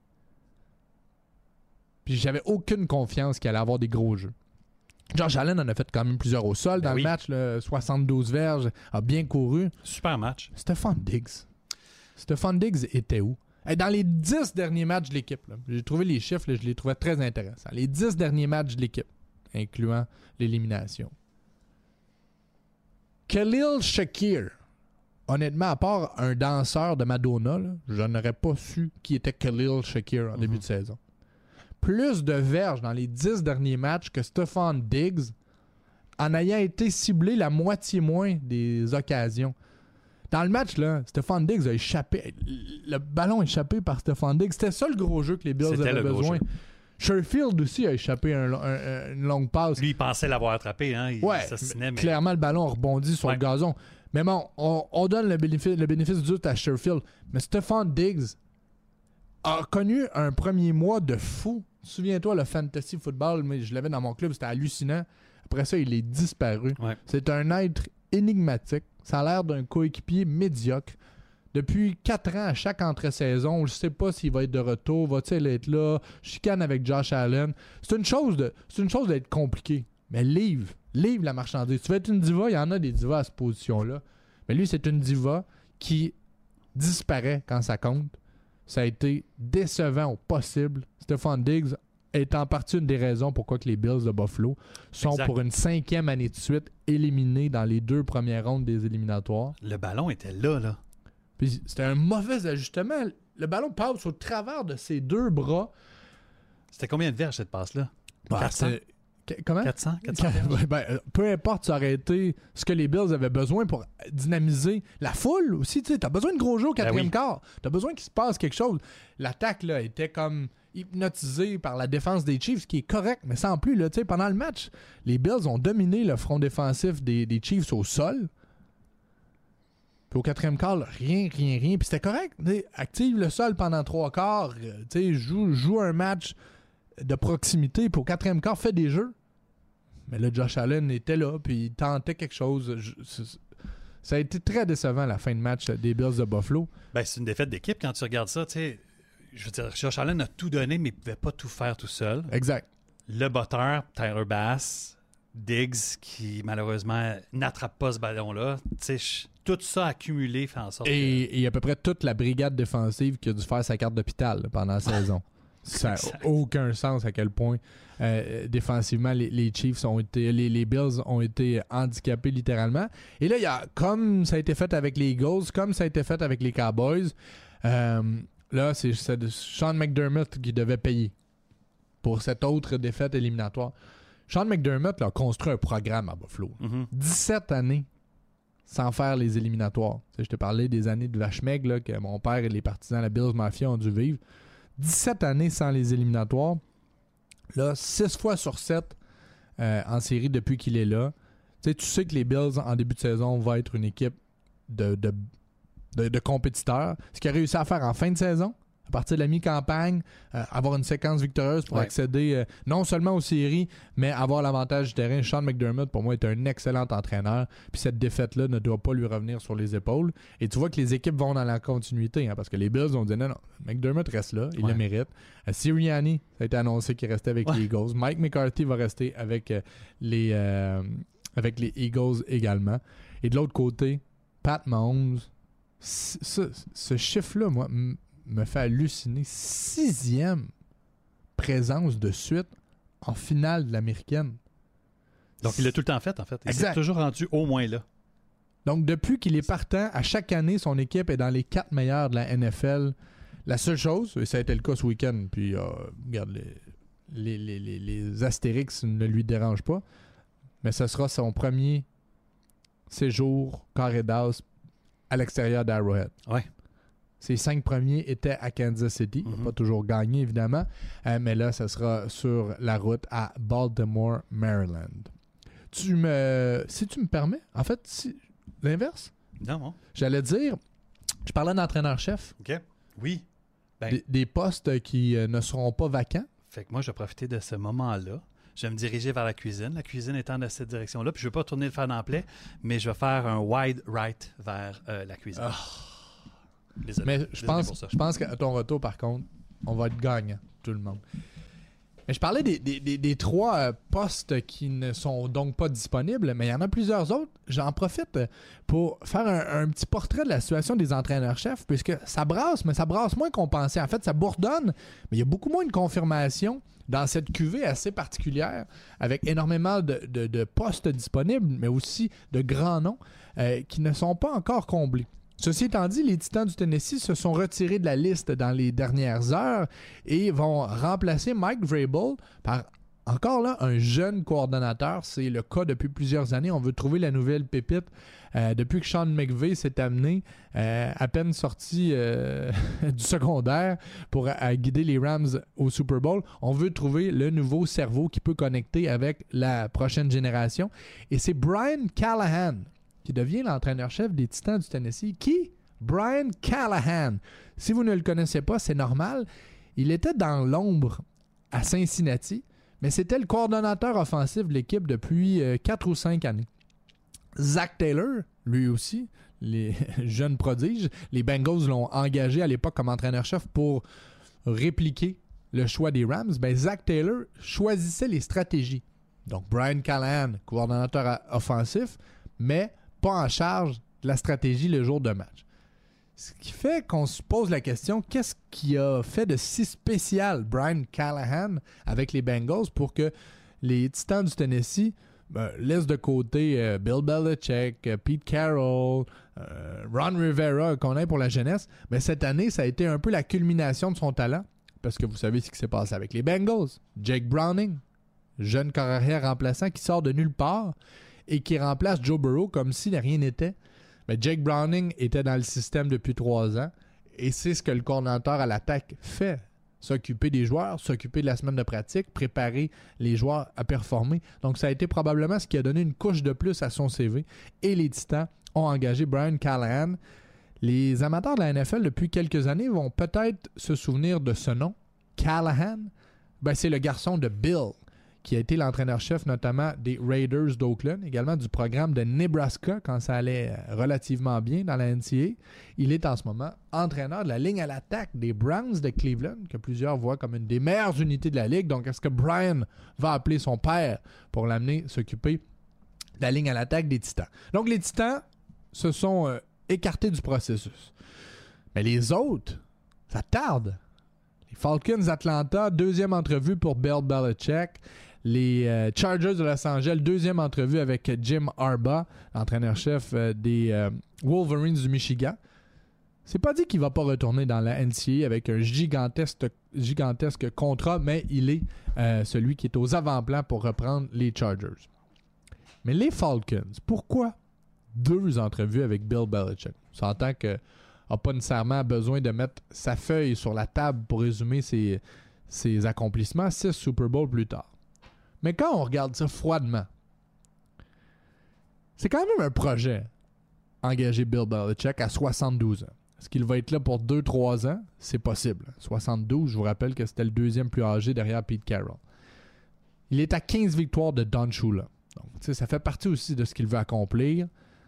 Puis j'avais aucune confiance qu'il allait avoir des gros jeux. Josh Allen en a fait quand même plusieurs au sol Ben dans oui. le match, là, soixante-douze verges, a bien couru. Super match. Stephon Diggs. Stephon Diggs était où? Hey, dans les dix derniers matchs de l'équipe, là, j'ai trouvé les chiffres, là, je les trouvais très intéressants. Les dix derniers matchs de l'équipe, incluant l'élimination. Khalil Shakir. Honnêtement, à part un danseur de Madonna, là, je n'aurais pas su qui était Khalil Shakir en Mm-hmm. début de saison. Plus de verges dans les dix derniers matchs que Stephon Diggs en ayant été ciblé la moitié moins des occasions. Dans le match, là, Stephon Diggs a échappé. Le ballon échappé par Stephon Diggs. C'était ça le gros jeu que les Bills C'était avaient le gros besoin. jeu. Sherfield aussi a échappé un, un, un, une longue passe. Lui, il pensait l'avoir attrapé. Hein? Il Ouais, s'assinait, mais... clairement, le ballon a rebondi sur Ouais. le gazon. Mais bon, on, on donne le bénéfice, le bénéfice du doute à Sherfield. Mais Stephon Diggs a connu un premier mois de fou. Souviens-toi, le fantasy football, mais je l'avais dans mon club, c'était hallucinant. Après ça, il est disparu. Ouais. C'est un être énigmatique. Ça a l'air d'un coéquipier médiocre. Depuis quatre ans, à chaque entre-saison, je sais pas s'il va être de retour, va-t-il être là, chicane avec Josh Allen. C'est une chose de, c'est une chose d'être compliqué. Mais livre, livre la marchandise. Tu veux être une diva, il y en a des divas à cette position-là. Mais lui, c'est une diva qui disparaît quand ça compte. Ça a été décevant au possible. Stephon Diggs est en partie une des raisons pourquoi que les Bills de Buffalo sont Exact. pour une cinquième année de suite éliminés dans les deux premières rondes des éliminatoires. Le ballon était là, là. Puis c'était un mauvais ajustement. Le ballon passe au travers de ses deux bras. C'était combien de verges, cette passe-là? Bah, quatre cents? c'est- Qu- Comment? quatre cents? quatre cents verges? Ouais, ben, euh, peu importe, ça aurait été ce que les Bills avaient besoin pour dynamiser la foule aussi. Tu as besoin de gros jeux au quatrième oui. quart. Tu as besoin qu'il se passe quelque chose. L'attaque là, était comme hypnotisée par la défense des Chiefs, ce qui est correct, mais sans plus. Là, tu sais, pendant le match, les Bills ont dominé le front défensif des, des Chiefs au sol. Puis au quatrième quart, là, rien, rien, rien. Puis c'était correct. T'sais, active le sol pendant trois quarts. euh, t'sais, joue, joue un match de proximité. Puis au quatrième quart, fait des jeux. Mais là, Josh Allen était là. Puis il tentait quelque chose. Je- c'est- ça a été très décevant la fin de match des Bills de Buffalo. Ben, c'est une défaite d'équipe quand tu regardes ça. Tu sais, je veux dire, Josh Allen a tout donné, mais il ne pouvait pas tout faire tout seul. Exact. Le botteur, Tyler Bass, Diggs, qui malheureusement n'attrape pas ce ballon-là. Tu sais, je- tout ça accumulé fait en sorte que... Et, et à peu près toute la brigade défensive qui a dû faire sa carte d'hôpital là, pendant la saison. Ça n'a Exact. aucun sens à quel point euh, défensivement les, les Chiefs ont été, les, les Bills ont été handicapés littéralement. Et là, il y a, comme ça a été fait avec les Eagles, comme ça a été fait avec les Cowboys, euh, là, c'est, c'est Sean McDermott qui devait payer pour cette autre défaite éliminatoire. Sean McDermott là, a construit un programme à Buffalo. Mhm. dix-sept années sans faire les éliminatoires. Tu sais, je te parlais des années de vache maigre là, que mon père et les partisans de la Bills Mafia ont dû vivre. dix-sept années sans les éliminatoires. Là, six fois sur sept, euh, en série depuis qu'il est là. Tu sais, tu sais que les Bills, en début de saison, vont être une équipe de, de, de, de compétiteurs. Ce qu'il a réussi à faire en fin de saison, à partir de la mi-campagne, euh, avoir une séquence victorieuse pour ouais. accéder euh, non seulement aux séries, mais avoir l'avantage du terrain. Sean McDermott, pour moi, est un excellent entraîneur. Puis cette défaite-là ne doit pas lui revenir sur les épaules. Et tu vois que les équipes vont dans la continuité, hein, parce que les Bills ont dit non, non, McDermott reste là, il ouais. le mérite. Euh, Sirianni, ça a été annoncé qu'il restait avec ouais. les Eagles. Mike McCarthy va rester avec, euh, les, euh, avec les Eagles également. Et de l'autre côté, Pat Mahomes, ce, ce chiffre-là, moi, m- me fait halluciner. Sixième présence de suite en finale de l'américaine. Donc, il l'a tout le temps fait, en fait. Il exact. s'est toujours rendu au moins là. Donc, depuis qu'il est partant, à chaque année, son équipe est dans les quatre meilleurs de la N F L. La seule chose, et ça a été le cas ce week-end, puis euh, regarde, les, les, les, les, les astérix ne lui dérangent pas, mais ce sera son premier séjour carré d'as à l'extérieur d'Arrowhead. Ouais. Ses cinq premiers étaient à Kansas City. Il n'a Mm-hmm. pas toujours gagné, évidemment. Euh, mais là, ça sera sur la route à Baltimore, Maryland. Tu me... Si tu me permets, en fait, si... l'inverse, Non, non. j'allais dire, je parlais d'entraîneur-chef, OK. Oui. Ben, des, des postes qui euh, ne seront pas vacants. fait que moi, je vais profiter de ce moment-là. Je vais me diriger vers la cuisine. La cuisine étant dans cette direction-là. Puis je ne vais pas tourner le fer dans le plaid, mais je vais faire un wide right vers euh, la cuisine. Ah. Désolé. Mais je Désolé pense, pour ça. je pense qu'à ton retour, par contre, on va être gagnant, tout le monde. Mais je parlais des, des, des, des trois euh, postes qui ne sont donc pas disponibles, mais il y en a plusieurs autres. J'en profite pour faire un, un petit portrait de la situation des entraîneurs-chefs, puisque ça brasse, mais ça brasse moins qu'on pensait. En fait, ça bourdonne, mais il y a beaucoup moins de confirmation dans cette cuvée assez particulière, avec énormément de, de, de postes disponibles, mais aussi de grands noms euh, qui ne sont pas encore comblés. Ceci étant dit, les Titans du Tennessee se sont retirés de la liste dans les dernières heures et vont remplacer Mike Vrabel par, encore là, un jeune coordonnateur. C'est le cas depuis plusieurs années. On veut trouver la nouvelle pépite. Euh, depuis que Sean McVay s'est amené, euh, à peine sorti euh, du secondaire pour à, à guider les Rams au Super Bowl, on veut trouver le nouveau cerveau qui peut connecter avec la prochaine génération. Et c'est Brian Callahan qui devient l'entraîneur-chef des Titans du Tennessee. Qui? Brian Callahan. Si vous ne le connaissez pas, c'est normal. Il était dans l'ombre à Cincinnati, mais c'était le coordonnateur offensif de l'équipe depuis euh, quatre ou cinq années. Zach Taylor, lui aussi, les jeunes prodiges, les Bengals l'ont engagé à l'époque comme entraîneur-chef pour répliquer le choix des Rams. Ben, Zach Taylor choisissait les stratégies. Donc, Brian Callahan, coordonnateur offensif, mais pas en charge de la stratégie le jour de match. Ce qui fait qu'on se pose la question, qu'est-ce qui a fait de si spécial Brian Callahan avec les Bengals pour que les Titans du Tennessee ben, laissent de côté euh, Bill Belichick, euh, Pete Carroll, euh, Ron Rivera qu'on a pour la jeunesse. Mais cette année, ça a été un peu la culmination de son talent parce que vous savez ce qui s'est passé avec les Bengals. Jake Browning, jeune carrière remplaçant qui sort de nulle part et qui remplace Joe Burrow comme si de rien n'était. Mais Jake Browning était dans le système depuis trois ans et c'est ce que le coordinateur à l'attaque fait. S'occuper des joueurs, s'occuper de la semaine de pratique, préparer les joueurs à performer. Donc, ça a été probablement ce qui a donné une couche de plus à son C V. Et les Titans ont engagé Brian Callahan. Les amateurs de la N F L depuis quelques années vont peut-être se souvenir de ce nom. Callahan, ben, c'est le garçon de Bill, qui a été l'entraîneur-chef notamment des Raiders d'Oakland, également du programme de Nebraska quand ça allait relativement bien dans la N C A A. Il est en ce moment entraîneur de la ligne à l'attaque des Browns de Cleveland, que plusieurs voient comme une des meilleures unités de la ligue. Donc, est-ce que Brian va appeler son père pour l'amener s'occuper de la ligne à l'attaque des Titans? Donc, les Titans se sont euh, écartés du processus. Mais les autres, ça tarde. Les Falcons d'Atlanta, deuxième entrevue pour Bill Belichick. Les euh, Chargers de Los Angeles, deuxième entrevue avec Jim Harbaugh, l'entraîneur-chef euh, des euh, Wolverines du Michigan. C'est pas dit qu'il va pas retourner dans la N C A A avec un gigantesque, gigantesque contrat, mais il est euh, celui qui est aux avant-plans pour reprendre les Chargers. Mais les Falcons, pourquoi deux entrevues avec Bill Belichick? On s'entend qu'il n'a pas nécessairement besoin de mettre sa feuille sur la table pour résumer ses, ses accomplissements six Super Bowls plus tard. Mais quand on regarde ça froidement, c'est quand même un projet, engager Bill Belichick à soixante-douze ans. Est-ce qu'il va être là pour deux trois ans? C'est possible. soixante-douze, je vous rappelle que c'était le deuxième plus âgé derrière Pete Carroll. Il est à quinze victoires de Don Shula. Donc, tu sais, ça fait partie aussi de ce qu'il veut accomplir.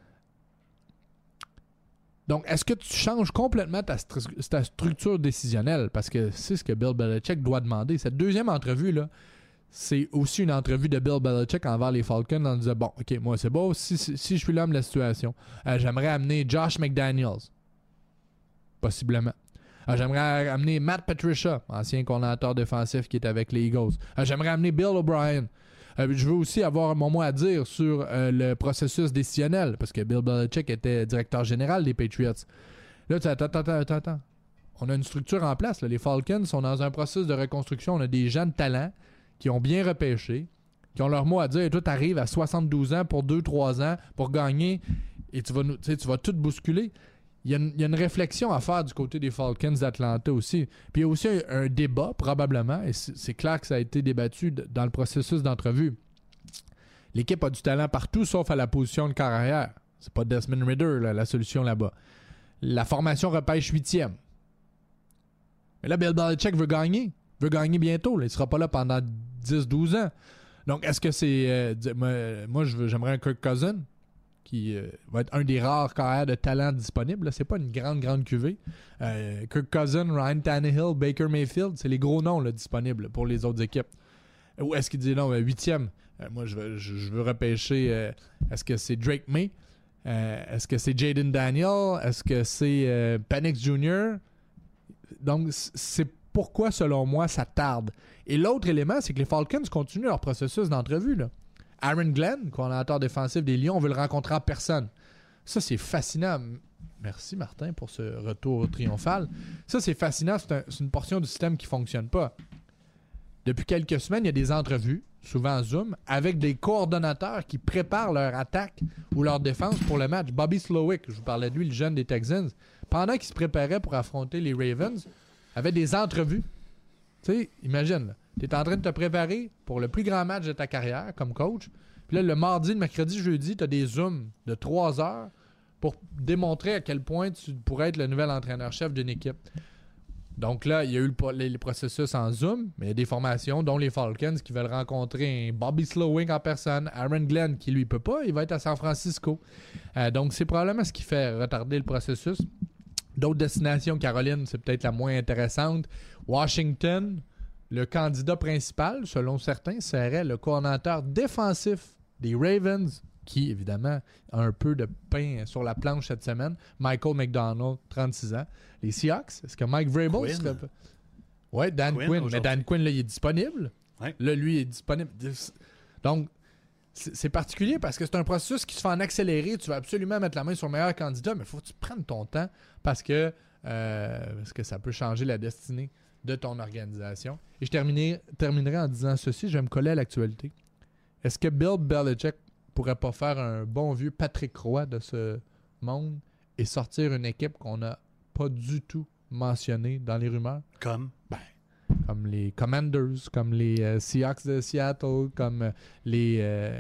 Donc, est-ce que tu changes complètement ta, stru- ta structure décisionnelle? Parce que c'est ce que Bill Belichick doit demander. Cette deuxième entrevue-là, c'est aussi une entrevue de Bill Belichick envers les Falcons en disant, bon, OK, moi, c'est beau, si, si, si je suis l'homme de la situation, euh, j'aimerais amener Josh McDaniels. Possiblement. Euh, j'aimerais amener Matt Patricia, ancien coordinateur défensif qui est avec les Eagles. Euh, j'aimerais amener Bill O'Brien. Euh, je veux aussi avoir mon mot à dire sur euh, le processus décisionnel, parce que Bill Belichick était directeur général des Patriots. Là, tu attends, attends, attends, attends. On a une structure en place. Là. Les Falcons sont dans un processus de reconstruction. On a des jeunes talents qui ont bien repêché, qui ont leur mot à dire. Et toi, tu arrives à soixante-douze ans pour deux trois ans pour gagner et tu vas, tu sais, tu vas tout bousculer. Il y, a une, il y a une réflexion à faire du côté des Falcons d'Atlanta aussi. Puis il y a aussi un, un débat, probablement, et c'est, c'est clair que ça a été débattu d- dans le processus d'entrevue. L'équipe a du talent partout, sauf à la position de carrière. C'est pas Desmond Ridder, là, la solution là-bas. La formation repêche huitième. Mais là, Bill Belichick veut gagner. veut gagner bientôt. Là. Il sera pas là pendant dix douze ans. Donc, est-ce que c'est... Euh, moi, moi je veux, j'aimerais un Kirk Cousins qui euh, va être un des rares carrières de talent disponibles. Là. C'est pas une grande, grande cuvée. Euh, Kirk Cousins, Ryan Tannehill, Baker Mayfield, c'est les gros noms là, disponibles pour les autres équipes. Ou est-ce qu'il dit non, huitième? Euh, moi, je veux, je, je veux repêcher... Euh, est-ce que c'est Drake May? Euh, est-ce que c'est Jaden Daniel? Est-ce que c'est euh, Penix junior? Donc, c'est pourquoi, selon moi, ça tarde. Et l'autre élément, c'est que les Falcons continuent leur processus d'entrevue. Là. Aaron Glenn, coordinateur défensif des Lions, on veut le rencontrer en personne. Ça, c'est fascinant. Merci, Martin, pour ce retour triomphal. Ça, c'est fascinant. C'est, un, c'est une portion du système qui ne fonctionne pas. Depuis quelques semaines, il y a des entrevues, souvent en Zoom, avec des coordonnateurs qui préparent leur attaque ou leur défense pour le match. Bobby Slowick, je vous parlais de lui, le jeune des Texans, pendant qu'il se préparait pour affronter les Ravens, avait des entrevues. Tu sais, imagine, tu es en train de te préparer pour le plus grand match de ta carrière comme coach. Puis là, le mardi, le mercredi, jeudi, tu as des Zooms de trois heures pour démontrer à quel point tu pourrais être le nouvel entraîneur-chef d'une équipe. Donc là, il y a eu le, les, les processus en Zoom, mais il y a des formations, dont les Falcons, qui veulent rencontrer un Bobby Slowick en personne, Aaron Glenn, qui lui peut pas, il va être à San Francisco. Euh, donc c'est probablement ce qui fait retarder le processus. D'autres destinations, Caroline, c'est peut-être la moins intéressante. Washington, le candidat principal, selon certains, serait le coordinateur défensif des Ravens, qui, évidemment, a un peu de pain sur la planche cette semaine. Michael McDonald, trente-six ans. Les Seahawks, est-ce que Mike Vrabel serait... Oui, Dan Quinn. Quinn mais Dan Quinn, là, il est disponible. Ouais. Là, lui, il est disponible. Donc, c'est, c'est particulier parce que c'est un processus qui se fait en accéléré. Tu vas absolument mettre la main sur le meilleur candidat, mais il faut que tu prennes ton temps parce que, euh, parce que ça peut changer la destinée de ton organisation. Et je terminerai, terminerai en disant ceci, je vais me coller à l'actualité. Est-ce que Bill Belichick pourrait pas faire un bon vieux Patrick Roy de ce monde et sortir une équipe qu'on n'a pas du tout mentionnée dans les rumeurs? Comme? Ben, comme les Commanders, comme les euh, Seahawks de Seattle, comme euh, les, euh,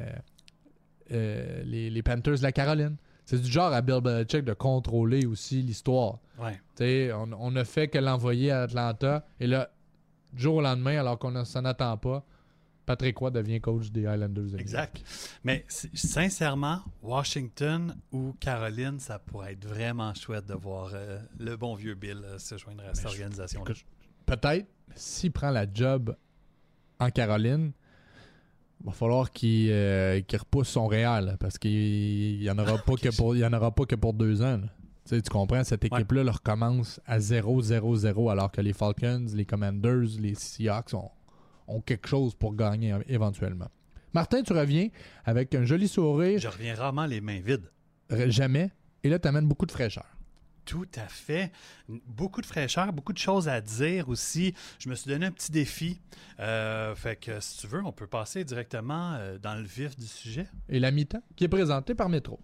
euh, les, les Panthers de la Caroline. C'est du genre à Bill Belichick de contrôler aussi l'histoire. Ouais. T'sais, on, on a fait que l'envoyer à Atlanta, et là, du jour au lendemain, alors qu'on ne s'en attend pas, Patrick Roy devient coach des Highlanders. Exact. Mais sincèrement, Washington ou Caroline, ça pourrait être vraiment chouette de voir euh, le bon vieux Bill euh, se joindre à cette organisation-là. Peut-être, s'il prend la job en Caroline, il va falloir qu'il, euh, qu'il repousse son Real, là, parce qu'il n'y en aura pas que pour, il y en aura pas que pour deux ans. Tu sais, tu comprends, cette équipe-là ouais. leur commence à zéro zéro zéro, alors que les Falcons, les Commanders, les Seahawks ont ont quelque chose pour gagner éventuellement. Martin, tu reviens avec un joli sourire. Je reviens rarement les mains vides. Jamais. Et là, tu amènes beaucoup de fraîcheur. Tout à fait. Beaucoup de fraîcheur, beaucoup de choses à dire aussi. Je me suis donné un petit défi. Euh, fait que, si tu veux, on peut passer directement euh, dans le vif du sujet. Et la mi-temps, qui est présentée par Métro.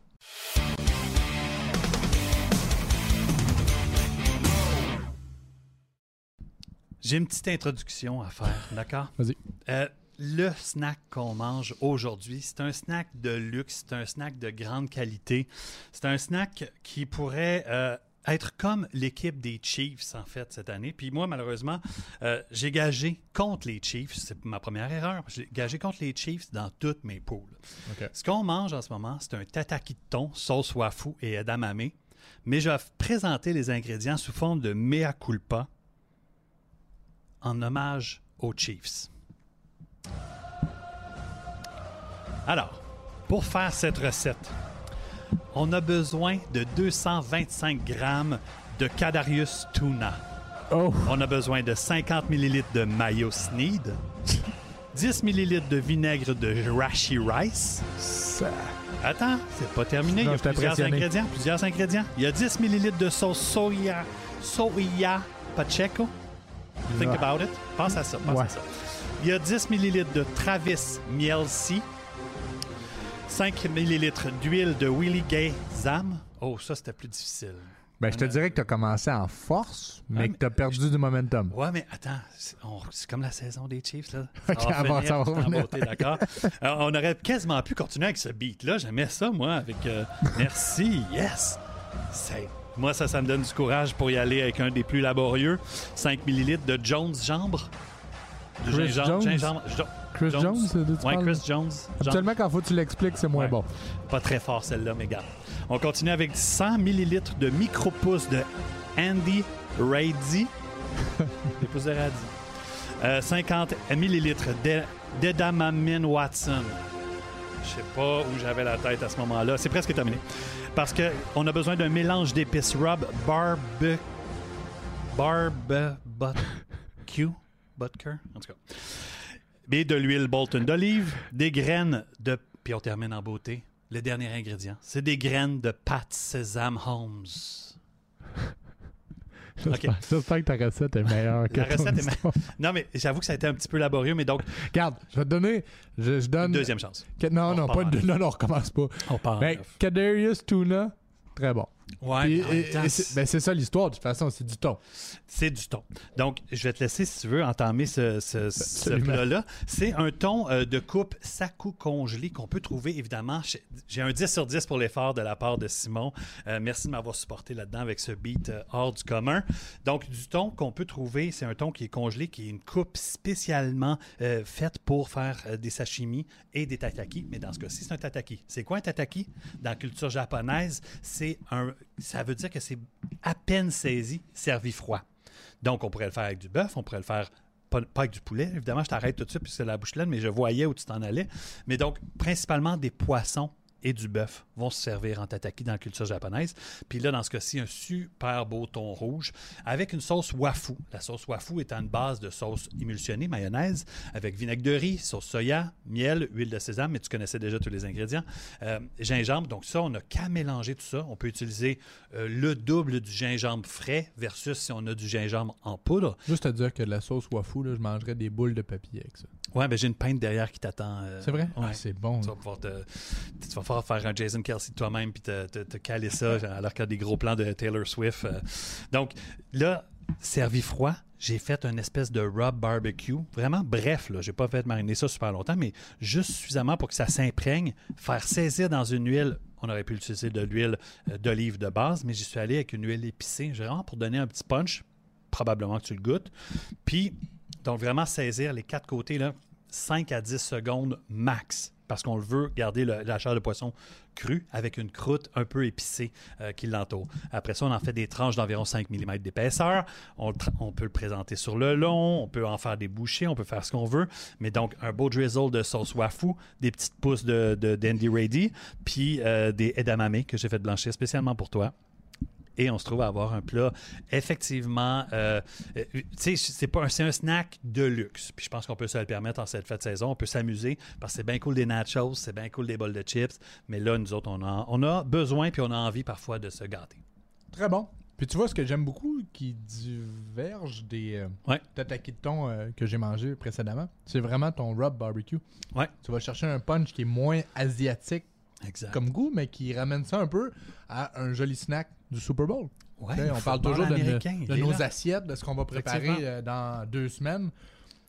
J'ai une petite introduction à faire, d'accord? Vas-y. Euh, le snack qu'on mange aujourd'hui, c'est un snack de luxe, c'est un snack de grande qualité. C'est un snack qui pourrait euh, être comme l'équipe des Chiefs, en fait, cette année. Puis moi, malheureusement, euh, j'ai gagé contre les Chiefs. C'est ma première erreur. J'ai gagé contre les Chiefs dans toutes mes poules. Okay. Ce qu'on mange en ce moment, c'est un tataki de thon, sauce wafu et edamame. Mais je vais présenter les ingrédients sous forme de mea culpa en hommage aux Chiefs. Alors, pour faire cette recette, on a besoin de deux cent vingt-cinq grammes de Kadarius tuna. Oh! On a besoin de cinquante millilitres de mayo Sneed, dix millilitres de vinaigre de Rashi Rice. Ça... Attends, c'est pas terminé. Non, Il y a plusieurs impressionné. ingrédients, plusieurs ingrédients. Il y a dix millilitres de sauce soya, soya pacheco. Think Ah. about it. Pense à ça, pense Ouais. à ça. Il y a dix millilitres de Travis Mielsi, cinq millilitres d'huile de Willie Gay Zam. Oh, ça, c'était plus difficile. Ben, je te Euh, dirais que tu as commencé en force, mais Ouais, que tu as perdu du momentum. Ouais, mais attends, c'est, on- c'est comme la saison des Chiefs, là. Ok, Ça va avant, finir ça va tout en revenir. beauté, d'accord? Alors, on aurait quasiment pu continuer avec ce beat-là. J'aimais ça, moi, avec... euh, merci, yes! C'est... Moi, ça, ça me donne du courage pour y aller avec un des plus laborieux. cinq millilitres de Jones Jambre. De Chris Jones? gingembre. Jo- Chris Jones, c'est de tu Ouais, parles? Chris Jones. Jambre. Habituellement, quand faut que tu l'expliques, c'est moins Ouais. bon. Pas très fort, celle-là, mais garde. On continue avec cent millilitres de micro-pousses de Andy Radzi. Des pousses de radis. Euh, cinquante millilitres d'e- d'Edamame Watson. Je sais pas où j'avais la tête à ce moment-là. C'est presque terminé. Parce qu'on a besoin d'un mélange d'épices rub barbe... Barbecue. Butker, en tout cas. Et de l'huile Bolton d'olive, des graines de... Puis on termine en beauté. Le dernier ingrédient, c'est des graines de pâte sésame Holmes. J'espère j'espère que ta recette est meilleure que La ton recette est histoire. Non, mais j'avoue que ça a été un petit peu laborieux, mais donc, Regarde, je vais te donner... Je, je donne... deuxième chance. Que- non, On non, repart pas en de... neuf. Non, non, on recommence pas. On part en Ben, neuf. Kadarius Tuna, très bon. Ouais, Puis, mais en même et- temps, et c'est ben, c'est ça l'histoire, de toute façon, c'est du thon. c'est du thon. Donc, je vais te laisser, si tu veux, entamer ce, ce, ce Absolument. plat-là. C'est un thon euh, de coupe Saku congelé qu'on peut trouver, évidemment. chez- J'ai un dix sur dix pour l'effort de la part de Simon. Euh, merci de m'avoir supporté là-dedans avec ce beat euh, hors du commun. Donc, du thon qu'on peut trouver, c'est un thon qui est congelé, qui est une coupe spécialement euh, faite pour faire euh, des sashimi et des tataki. Mais dans ce cas-ci, c'est un tataki. C'est quoi un tataki? Dans la culture japonaise, c'est un, ça veut dire que c'est à peine saisi, servi froid. Donc, on pourrait le faire avec du bœuf, on pourrait le faire pas, pas avec du poulet. Évidemment, je t'arrête tout de suite puisque c'est la bouche pleine, mais je voyais où tu t'en allais. Mais donc, principalement des poissons et du bœuf vont se servir en tataki dans la culture japonaise. Puis là, dans ce cas-ci, un super beau thon rouge avec une sauce wafu. La sauce wafu étant une base de sauce émulsionnée, mayonnaise, avec vinaigre de riz, sauce soya, miel, huile de sésame, mais tu connaissais déjà tous les ingrédients. Euh, gingembre, donc ça, on n'a qu'à mélanger tout ça. On peut utiliser euh, le double du gingembre frais versus si on a du gingembre en poudre. Juste à dire que de la sauce wafu, là, je mangerais des boules de papier avec ça. Ouais, ben j'ai une pinte derrière qui t'attend. euh, C'est vrai? Ouais. Ah, c'est bon. Tu vas pouvoir te, tu vas pouvoir faire un Jason Kelsey de toi-même puis te, te, te caler ça alors qu'il y a des gros plans de Taylor Swift. euh. Donc là, servi froid, j'ai fait une espèce de rub barbecue. Vraiment bref, là, j'ai pas fait mariner ça super longtemps, mais juste suffisamment pour que ça s'imprègne, faire saisir dans une huile. On aurait pu utiliser de l'huile euh, d'olive de base, mais j'y suis allé avec une huile épicée, vraiment pour donner un petit punch. Probablement que tu le goûtes. Puis, donc vraiment saisir les quatre côtés, là, cinq à dix secondes max, parce qu'on le veut garder le- la chair de poisson crue avec une croûte un peu épicée euh, qui l'entoure. Après ça, on en fait des tranches d'environ cinq millimètres d'épaisseur. On, le tra- on peut le présenter sur le long, on peut en faire des bouchées, on peut faire ce qu'on veut. Mais donc, un beau drizzle de sauce wafu, des petites pousses de, de, d'Andy Radzi, puis euh, des edamame que j'ai fait blanchir spécialement pour toi. Et on se trouve à avoir un plat effectivement, euh, euh, tu sais, c'est pas un, c'est un snack de luxe. Puis je pense qu'on peut se le permettre en cette fête de saison. On peut s'amuser parce que c'est bien cool des nachos, c'est bien cool des bols de chips. Mais là, nous autres, on a, on a besoin puis on a envie parfois de se gâter. Très bon. Puis tu vois, ce que j'aime beaucoup qui diverge des euh, Ouais. tataki de thon euh, que j'ai mangé précédemment, c'est vraiment ton rub barbecue. Ouais. Tu vas chercher un punch qui est moins asiatique Exact. comme goût, mais qui ramène ça un peu à un joli snack du Super Bowl. Ouais, Tu sais, on le parle football toujours de, américain, de il est nos là. assiettes, de ce qu'on va préparer Effectivement. euh, dans deux semaines.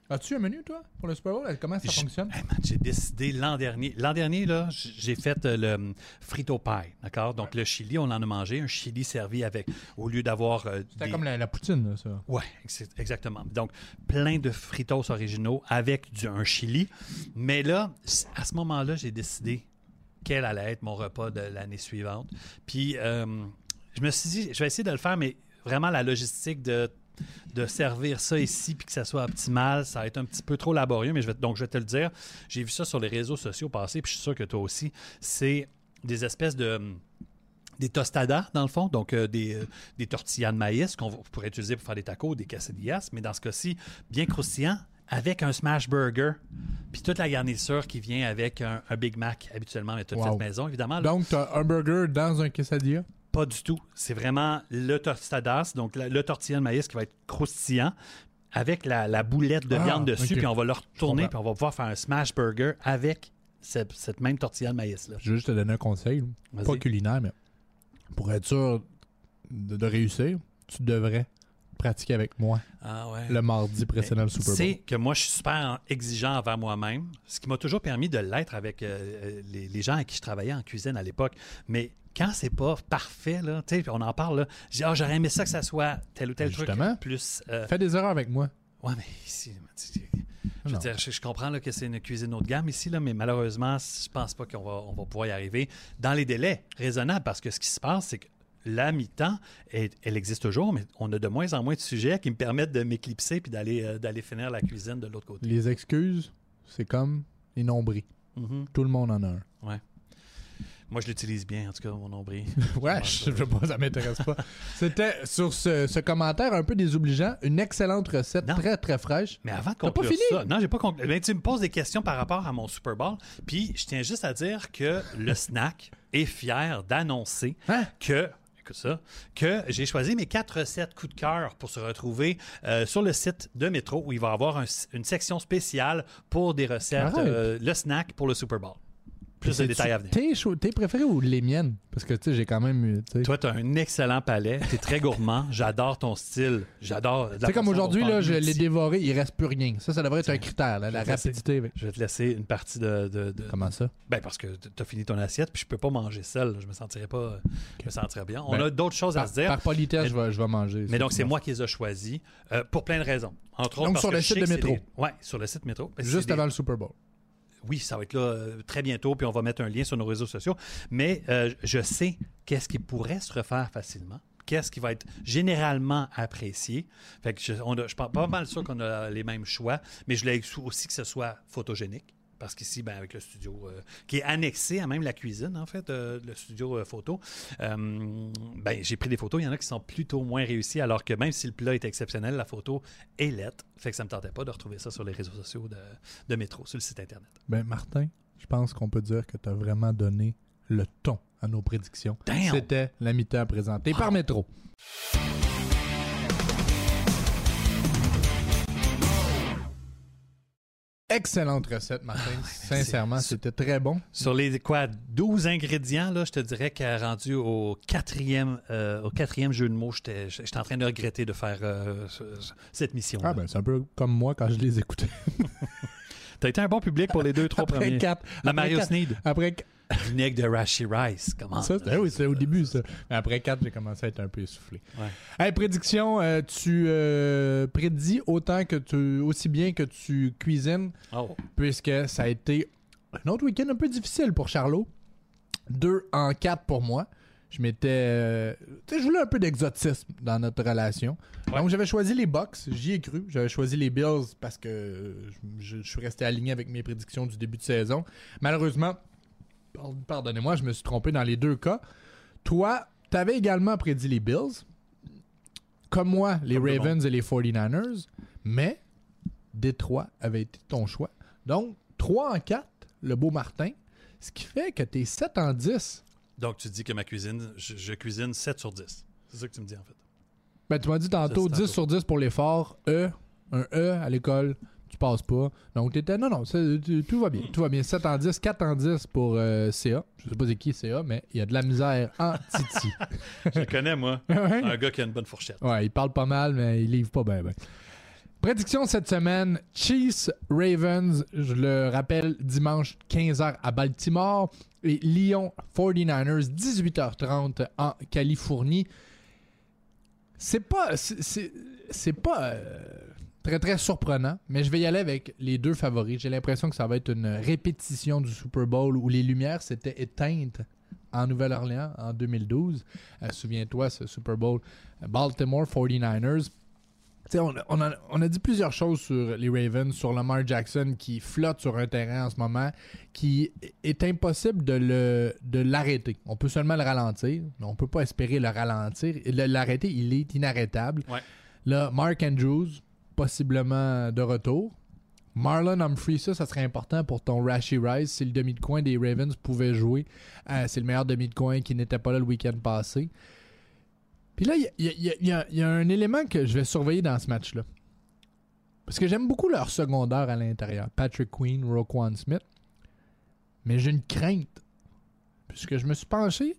As-tu un menu, toi, pour le Super Bowl? Comment ça J- fonctionne? Hey man, j'ai décidé l'an dernier. L'an dernier, là, j- j'ai fait euh, le um, frito pie, d'accord? Donc, le chili, on en a mangé. Un chili servi avec, au lieu d'avoir euh, C'était des... comme la, la poutine, là, ça. Ouais, ex- exactement. Donc, plein de fritos originaux avec du, un chili. Mais là, c- à ce moment-là, j'ai décidé quel allait être mon repas de l'année suivante. Puis, euh, je me suis dit, je vais essayer de le faire, mais vraiment la logistique de, de servir ça ici puis que ça soit optimal, ça va être un petit peu trop laborieux, mais je vais, donc je vais te le dire. J'ai vu ça sur les réseaux sociaux passer, puis je suis sûr que toi aussi. C'est des espèces de... des tostadas, dans le fond, donc euh, des, euh, des tortillas de maïs qu'on va- pourrait utiliser pour faire des tacos, des quesadillas, mais dans ce cas-ci, bien croustillant, avec un smash burger, puis toute la garniture qui vient avec un, un Big Mac, habituellement, mais toute Wow. faite maison, évidemment. là, Donc, tu as un burger dans un quesadilla? pas du tout. C'est vraiment le tostadas, donc la- le tortilla de maïs qui va être croustillant, avec la, la boulette de Ah, viande dessus, ok. puis on va le retourner, comprends. puis on va pouvoir faire un smash burger avec cette, cette même tortilla de maïs-là. Je vais juste te donner un conseil, là. Vas-y. Pas culinaire, mais pour être sûr de, de réussir, tu devrais pratiquer avec moi Ah ouais. le mardi précédent le Super Bowl. C'est que moi, je suis super exigeant envers moi-même, ce qui m'a toujours permis de l'être avec euh, les, les gens avec qui je travaillais en cuisine à l'époque. Mais quand c'est pas parfait, là, tu sais, on en parle, là, je dis, ah, j'aurais aimé ça que ça soit tel ou tel Justement. truc plus. euh, Fais des erreurs avec moi. Ouais, mais ici, tu sais, je veux Non. dire, je, je comprends là, que c'est une cuisine haut de gamme ici, là, mais malheureusement, je pense pas qu'on va, on va pouvoir y arriver dans les délais raisonnables, parce que ce qui se passe, c'est que la mi-temps, elle, elle existe toujours, mais on a de moins en moins de sujets qui me permettent de m'éclipser puis d'aller, euh, d'aller finir la cuisine de l'autre côté. Les excuses, c'est comme les nombris. Mhm. Tout le monde en a un. Moi, je l'utilise bien, en tout cas, mon nombril. Ouais, je sais pas, ça m'intéresse pas. C'était sur ce, ce commentaire un peu désobligeant, une excellente recette, Non. très très fraîche. Mais avant de T'as pas conclure fini? ça, non, j'ai pas conclu. Ben, tu me poses des questions par rapport à mon Super Bowl, puis je tiens juste à dire que le snack est fier d'annoncer Hein? que écoute ça, que j'ai choisi mes quatre recettes coup de cœur pour se retrouver euh, sur le site de Métro où il va y avoir un- une section spéciale pour des recettes, Arrête. euh, le snack pour le Super Bowl. Plus de C'est-tu détails à venir. Tes, cho- tes préférés ou les miennes? Parce que, tu sais, j'ai quand même eu, tu sais... Toi, tu as un excellent palais, tu es très gourmand, j'adore ton style, j'adore... Tu sais, comme aujourd'hui, là, je l'ai dévoré, il reste plus rien. Ça, ça devrait être un critère, là, la Je vais te laisser. rapidité. avec- Je vais te laisser une partie de... de- de- Comment ça? Ben parce que tu as fini ton assiette, puis je peux pas manger seul. Je me sentirais pas... Je me sentirais bien. On Ben, a d'autres choses à Par, se dire. par politesse, Mais- je vais, je vais manger. Mais donc, c'est effectivement. moi qui les ai choisis euh, pour plein de raisons. Entre autres, Donc, parce sur que le je site sais de que c'est Métro. des- Oui, sur le site Métro. Ben, c'est Juste des- avant le Super Bowl. Oui, ça va être là euh, très bientôt, puis on va mettre un lien sur nos réseaux sociaux. Mais euh, je sais qu'est-ce qui pourrait se refaire facilement, qu'est-ce qui va être généralement apprécié. Fait que je, on a- je suis pas pas mal sûr qu'on a les mêmes choix, mais je voulais aussi que ce soit photogénique. Parce qu'ici, ben, avec le studio euh, qui est annexé à même la cuisine, en fait, euh, le studio euh, photo, euh, ben, j'ai pris des photos. Il y en a qui sont plutôt moins réussies, alors que même si le plat est exceptionnel, la photo est laide. Fait que ça ne me tentait pas de retrouver ça sur les réseaux sociaux de, de Métro, sur le site Internet. Ben, Martin, je pense qu'on peut dire que tu as vraiment donné le ton à nos prédictions. Damn! C'était la mi-temps présentée par Métro. Excellente recette, Martin. Sincèrement, merci. c'était très bon. Sur les quoi, douze ingrédients, là, je te dirais qu'à rendu au quatrième, euh, au quatrième jeu de mots, j'étais, j'étais en train de regretter de faire euh, ce- cette mission. Ah ben, c'est un peu comme moi quand je les écoutais. Tu as été un bon public pour les deux, trois Après premiers. quatre. Le après Mario quatre- Sneed. Après qu- Vinaigre de Rashi Rice. Comment? ça, c'était, oui, c'était au début, ça. Mais après quatre, j'ai commencé à être un peu essoufflé. Ouais. Hey, prédiction, euh, tu euh, prédis autant que tu, aussi bien que tu cuisines, Oh. puisque ça a été un autre week-end un peu difficile pour Charlot. Deux en quatre pour moi. Je m'étais... euh, tu sais, je voulais un peu d'exotisme dans notre relation. Ouais. Donc, j'avais choisi les Bucks. J'y ai cru. J'avais choisi les Bills parce que euh, je, je suis resté aligné avec mes prédictions du début de saison. Malheureusement, pard- pardonnez-moi, je me suis trompé dans les deux cas. Toi, tu avais également prédit les Bills. Comme moi, les Comme tout le Ravens et les forty-niners. Mais Détroit avait été ton choix. Donc, trois en quatre, le beau Martin. Ce qui fait que tu es sept en dix. Donc, tu dis que ma cuisine, je, je cuisine sept sur dix. C'est ça que tu me dis, en fait. Ben, tu m'as dit tantôt Ça, c'est dix sur dix pour l'effort. E, un E à l'école, tu passes pas. Donc, t'étais. Non, non, c'est- tu- tout va bien. Tout va bien. sept en dix, quatre en dix pour euh, C A. Je sais pas c'est qui C A, mais il y a de la misère en Titi. Je le connais, moi. Ouais. Un gars qui a une bonne fourchette. Ouais, il parle pas mal, mais il livre pas bien. Ben. Prédiction cette semaine, Chiefs-Ravens, je le rappelle, dimanche quinze heures à Baltimore, et Lyon forty-niners, dix-huit heures trente en Californie. C'est pas, c'est, c'est, c'est pas euh, très très surprenant, mais je vais y aller avec les deux favoris. J'ai l'impression que ça va être une répétition du Super Bowl où les lumières s'étaient éteintes en Nouvelle-Orléans en deux mille douze. Euh, souviens-toi, ce Super Bowl Baltimore forty-niners. On a, on, a, on a dit plusieurs choses sur les Ravens, sur Lamar Jackson qui flotte sur un terrain en ce moment, qui est impossible de, le, de l'arrêter. On peut seulement le ralentir, mais on ne peut pas espérer le ralentir. Le, l'arrêter, il est inarrêtable. Ouais. Là, Mark Andrews, possiblement de retour. Marlon Humphrey, ça, ça serait important pour ton Rashee Rice. Si le demi de coin des Ravens pouvait jouer, euh, c'est le meilleur demi de coin qui n'était pas là le week-end passé. Puis là, il y, y, y, y, y a un élément que je vais surveiller dans ce match-là. Parce que j'aime beaucoup leur secondaire à l'intérieur. Patrick Queen, Roquan Smith. Mais j'ai une crainte. Puisque je me suis penché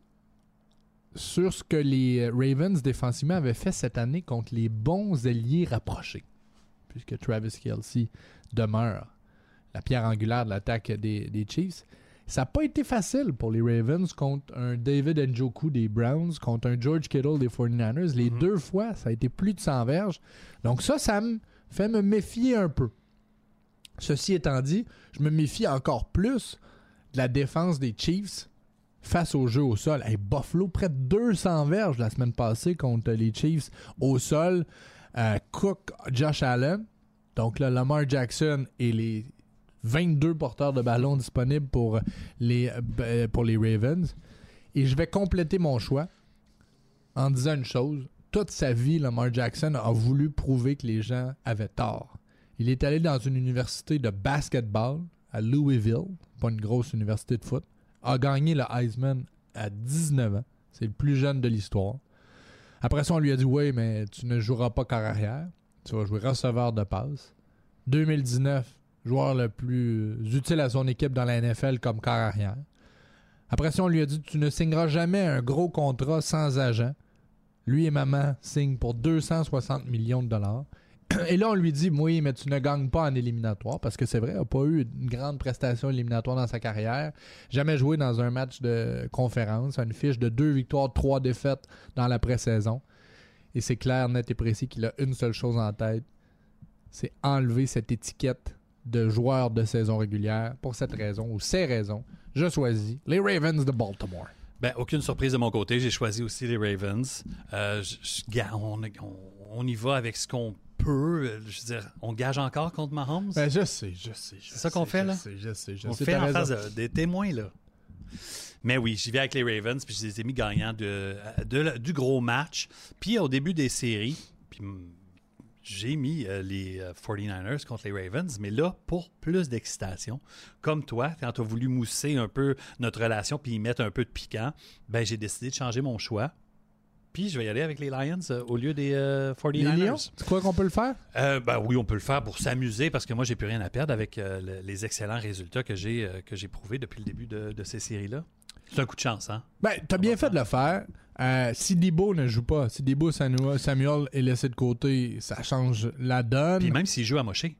sur ce que les Ravens défensivement avaient fait cette année contre les bons ailiers rapprochés. Puisque Travis Kelce demeure la pierre angulaire de l'attaque des, des Chiefs. Ça n'a pas été facile pour les Ravens contre un David Njoku des Browns, contre un George Kittle des forty-niners. Les mm-hmm. deux fois, ça a été plus de cent verges. Donc ça, ça me fait me méfier un peu. Ceci étant dit, je me méfie encore plus de la défense des Chiefs face au jeu au sol. Hey, Buffalo, près de deux cents verges la semaine passée contre les Chiefs au sol. Euh, Cook, Josh Allen. Donc là, Lamar Jackson et les vingt-deux porteurs de ballon disponibles pour les, euh, pour les Ravens. Et je vais compléter mon choix en disant une chose. Toute sa vie, Lamar Jackson a voulu prouver que les gens avaient tort. Il est allé dans une université de basketball à Louisville, pas une grosse université de foot, a gagné le Heisman à dix-neuf ans. C'est le plus jeune de l'histoire. Après ça, on lui a dit « Oui, mais tu ne joueras pas corps arrière. Tu vas jouer receveur de passe. » deux mille dix-neuf, joueur le plus utile à son équipe dans la N F L comme corps arrière. Après ça, on lui a dit « Tu ne signeras jamais un gros contrat sans agent. » Lui et maman signent pour deux cent soixante millions de dollars. Et là, on lui dit « Oui, mais tu ne gagnes pas en éliminatoire. » Parce que c'est vrai, il n'a pas eu une grande prestation éliminatoire dans sa carrière. Jamais joué dans un match de conférence. Une fiche de deux victoires, trois défaites dans la pré-saison. Et c'est clair, net et précis qu'il a une seule chose en tête. C'est enlever cette étiquette de joueur de saison régulière. Pour cette raison, ou ces raisons, je choisis les Ravens de Baltimore. Ben, aucune surprise de mon côté. J'ai choisi aussi les Ravens. Euh, je, je, on, on, on y va avec ce qu'on peut. Je veux dire, on gage encore contre Mahomes? Ben, je sais, je sais. Je C'est ça sais, qu'on fait, je là? Sais, je sais, je on sais. fait en face de, des témoins, là. Mais oui, j'y vais avec les Ravens, puis je les ai mis gagnants de, de, du gros match. Puis au début des séries, puis j'ai mis euh, les euh, forty-niners contre les Ravens, mais là, pour plus d'excitation, comme toi, quand tu as voulu mousser un peu notre relation puis y mettre un peu de piquant, ben j'ai décidé de changer mon choix. Puis je vais y aller avec les Lions euh, au lieu des euh, forty-niners. Les Lions, tu crois qu'on peut le faire? Euh, ben oui, on peut le faire pour s'amuser parce que moi, j'ai plus rien à perdre avec euh, le, les excellents résultats que j'ai, euh, que j'ai prouvés depuis le début de, de ces séries-là. C'est un coup de chance, hein? Ben, t'as bien fait de le faire. Euh, si Debo ne joue pas, si Debo Samuel est laissé de côté, ça change la donne. Puis même s'il joue à mocher,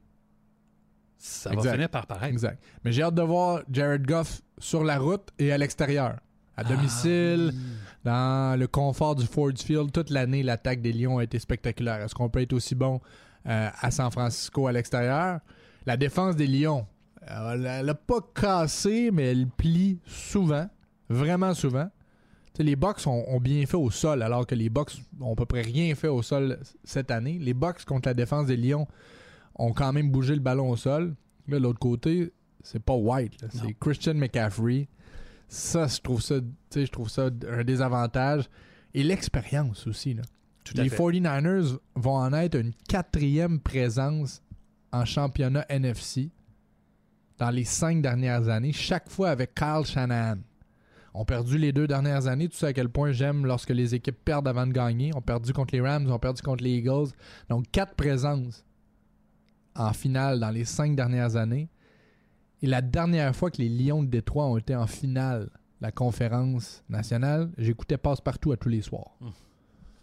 ça exact. va finir par paraître. Exact. Mais j'ai hâte de voir Jared Goff sur la route et à l'extérieur. À domicile, ah. dans le confort du Ford Field. Toute l'année, l'attaque des Lions a été spectaculaire. Est-ce qu'on peut être aussi bon euh, à San Francisco à l'extérieur? La défense des Lions, elle n'a pas cassé, mais elle plie souvent. Vraiment souvent. T'sais, les Bucks ont, ont bien fait au sol, alors que les Bucks ont à peu près rien fait au sol cette année. Les Bucks contre la défense des Lions ont quand même bougé le ballon au sol. Là, de l'autre côté, c'est pas White. Là. C'est Christian McCaffrey. Ça, je trouve ça, je trouve ça un désavantage. Et l'expérience aussi. Là. Tout à les fait. forty-niners vont en être une quatrième présence en championnat N F C dans les cinq dernières années, chaque fois avec Kyle Shanahan. On a perdu les deux dernières années. Tu sais à quel point j'aime lorsque les équipes perdent avant de gagner. On a perdu contre les Rams, on a perdu contre les Eagles. Donc, quatre présences en finale dans les cinq dernières années. Et la dernière fois que les Lions de Détroit ont été en finale de la conférence nationale, j'écoutais Passe-Partout à tous les soirs. Mmh.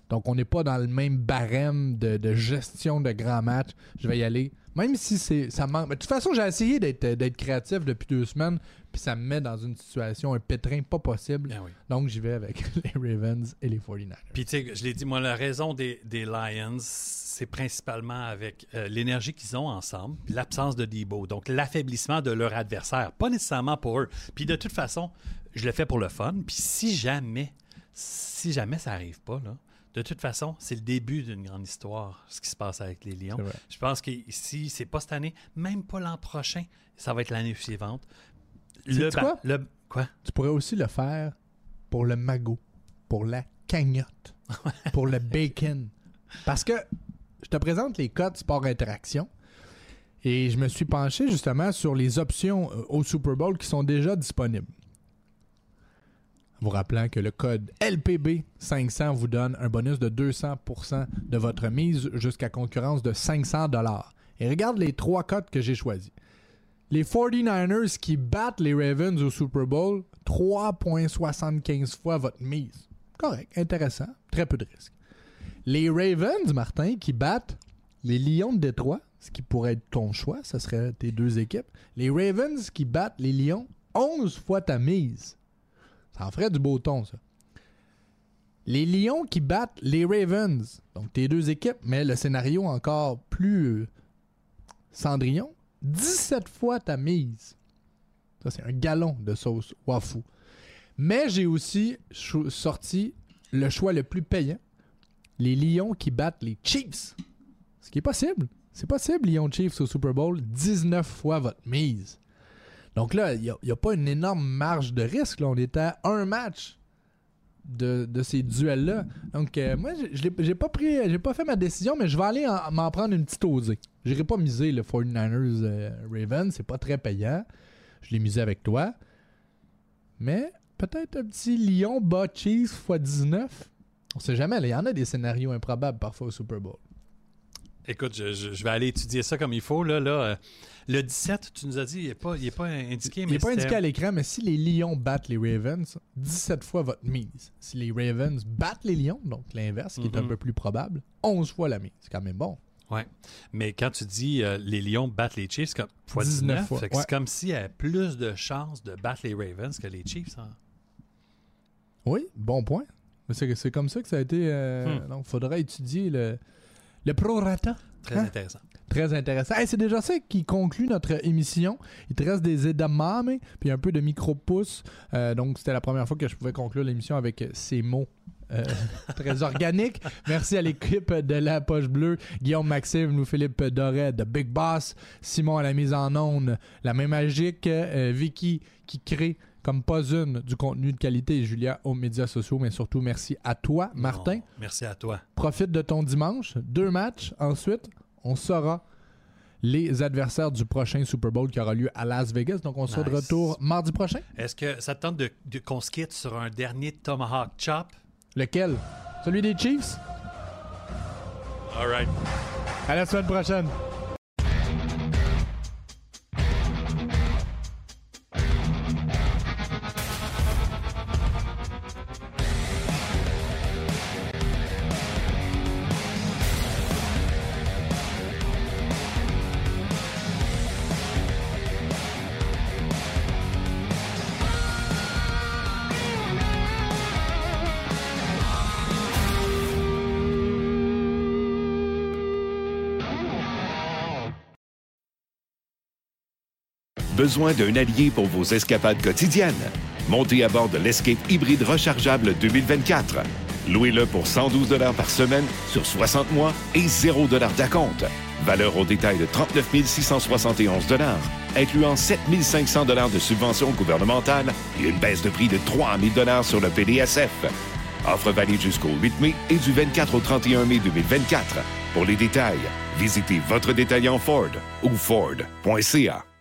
Donc, on n'est pas dans le même barème de, de gestion de grands matchs. Je vais y aller. Même si c'est, ça manque. Mais de toute façon, j'ai essayé d'être, d'être créatif depuis deux semaines, puis ça me met dans une situation, un pétrin pas possible. Ah oui. Donc, j'y vais avec les Ravens et les forty-niners. Puis, tu sais, je l'ai dit, moi, la raison des, des Lions, c'est principalement avec euh, l'énergie qu'ils ont ensemble, puis l'absence de Debo. Donc, l'affaiblissement de leur adversaire. Pas nécessairement pour eux. Puis, de toute façon, je le fais pour le fun. Puis, si jamais, si jamais ça n'arrive pas, là, de toute façon, c'est le début d'une grande histoire, ce qui se passe avec les Lions. Je pense que si c'est pas cette année, même pas l'an prochain, ça va être l'année suivante. Le, ba- quoi? le quoi? Tu pourrais aussi le faire pour le magot, pour la cagnotte, pour le bacon. Parce que je te présente les codes Sport Interaction et je me suis penché justement sur les options au Super Bowl qui sont déjà disponibles. Vous rappelant que le code L P B cinq cents vous donne un bonus de deux cents pour cent de votre mise jusqu'à concurrence de cinq cents dollars. Et regarde les trois codes que j'ai choisis. Les forty-niners qui battent les Ravens au Super Bowl, trois virgule soixante-quinze fois votre mise. Correct, intéressant, très peu de risque. Les Ravens, Martin, qui battent les Lions de Détroit, ce qui pourrait être ton choix, ce serait tes deux équipes. Les Ravens qui battent les Lions, onze fois ta mise. Ça en ferait du beau ton, ça. Les Lions qui battent les Ravens, donc tes deux équipes, mais le scénario encore plus euh, Cendrillon, dix-sept fois ta mise. Ça, c'est un gallon de sauce wafou. Mais j'ai aussi cho- sorti le choix le plus payant. Les Lions qui battent les Chiefs. Ce qui est possible. C'est possible, Lions Chiefs au Super Bowl, dix-neuf fois votre mise. Donc là, il n'y a, a pas une énorme marge de risque. Là. On est à un match de, de ces duels-là. Donc, euh, moi, je n'ai pas pris, j'ai pas fait ma décision, mais je vais aller en, m'en prendre une petite osée. Je n'irai pas miser le forty-niners euh, Ravens. C'est pas très payant. Je l'ai misé avec toi. Mais peut-être un petit Lion bas Chiefs fois dix-neuf. On sait jamais. Il y en a des scénarios improbables parfois au Super Bowl. Écoute, je, je, je vais aller étudier ça comme il faut. Là, là, euh, le dix-sept, tu nous as dit, il n'est pas, il est pas indiqué. Il n'est pas indiqué à l'écran, mais si les Lions battent les Ravens, dix-sept fois votre mise. Si les Ravens battent les Lions, donc l'inverse, qui mm-hmm. est un peu plus probable, onze fois la mise. C'est quand même bon. Oui, mais quand tu dis euh, les Lions battent les Chiefs, comme, fois dix-neuf, fois, fait que ouais. C'est comme s'il y avait plus de chances de battre les Ravens que les Chiefs. Hein? Oui, bon point. Mais c'est, c'est comme ça que ça a été... Euh, hmm. Donc, il faudra étudier le... Le prorata. Très hein? intéressant. Très intéressant. Hey, c'est déjà ça qui conclut notre émission. Il te reste des edamame puis un peu de micro-pouces. Euh, donc, c'était la première fois que je pouvais conclure l'émission avec ces mots euh, très organiques. Merci à l'équipe de La Poche Bleue, Guillaume Maxime, nous Philippe Doré de Big Boss, Simon à la mise en onde, la main magique, euh, Vicky qui crée comme pas une du contenu de qualité et Julia aux médias sociaux, mais surtout merci à toi, Martin. Non, merci à toi. Profite de ton dimanche. Deux matchs. Ensuite, on saura les adversaires du prochain Super Bowl qui aura lieu à Las Vegas. Donc, on nice. sera de retour mardi prochain. Est-ce que ça te tente de, de, qu'on se quitte sur un dernier Tomahawk Chop? Lequel? Celui des Chiefs? All right. À la semaine prochaine. Besoin d'un allié pour vos escapades quotidiennes? Montez à bord de l'Escape hybride rechargeable deux mille vingt-quatre. Louez-le pour cent douze dollars par semaine sur soixante mois et zéro dollars d'acompte. Valeur au détail de trente-neuf mille six cent soixante et onze dollars, incluant sept mille cinq cents dollars de subventions gouvernementales et une baisse de prix de trois mille dollars sur le P D S F. Offre valide jusqu'au huit mai et du vingt-quatre au trente et un mai deux mille vingt-quatre. Pour les détails, visitez votre détaillant Ford ou Ford point C A.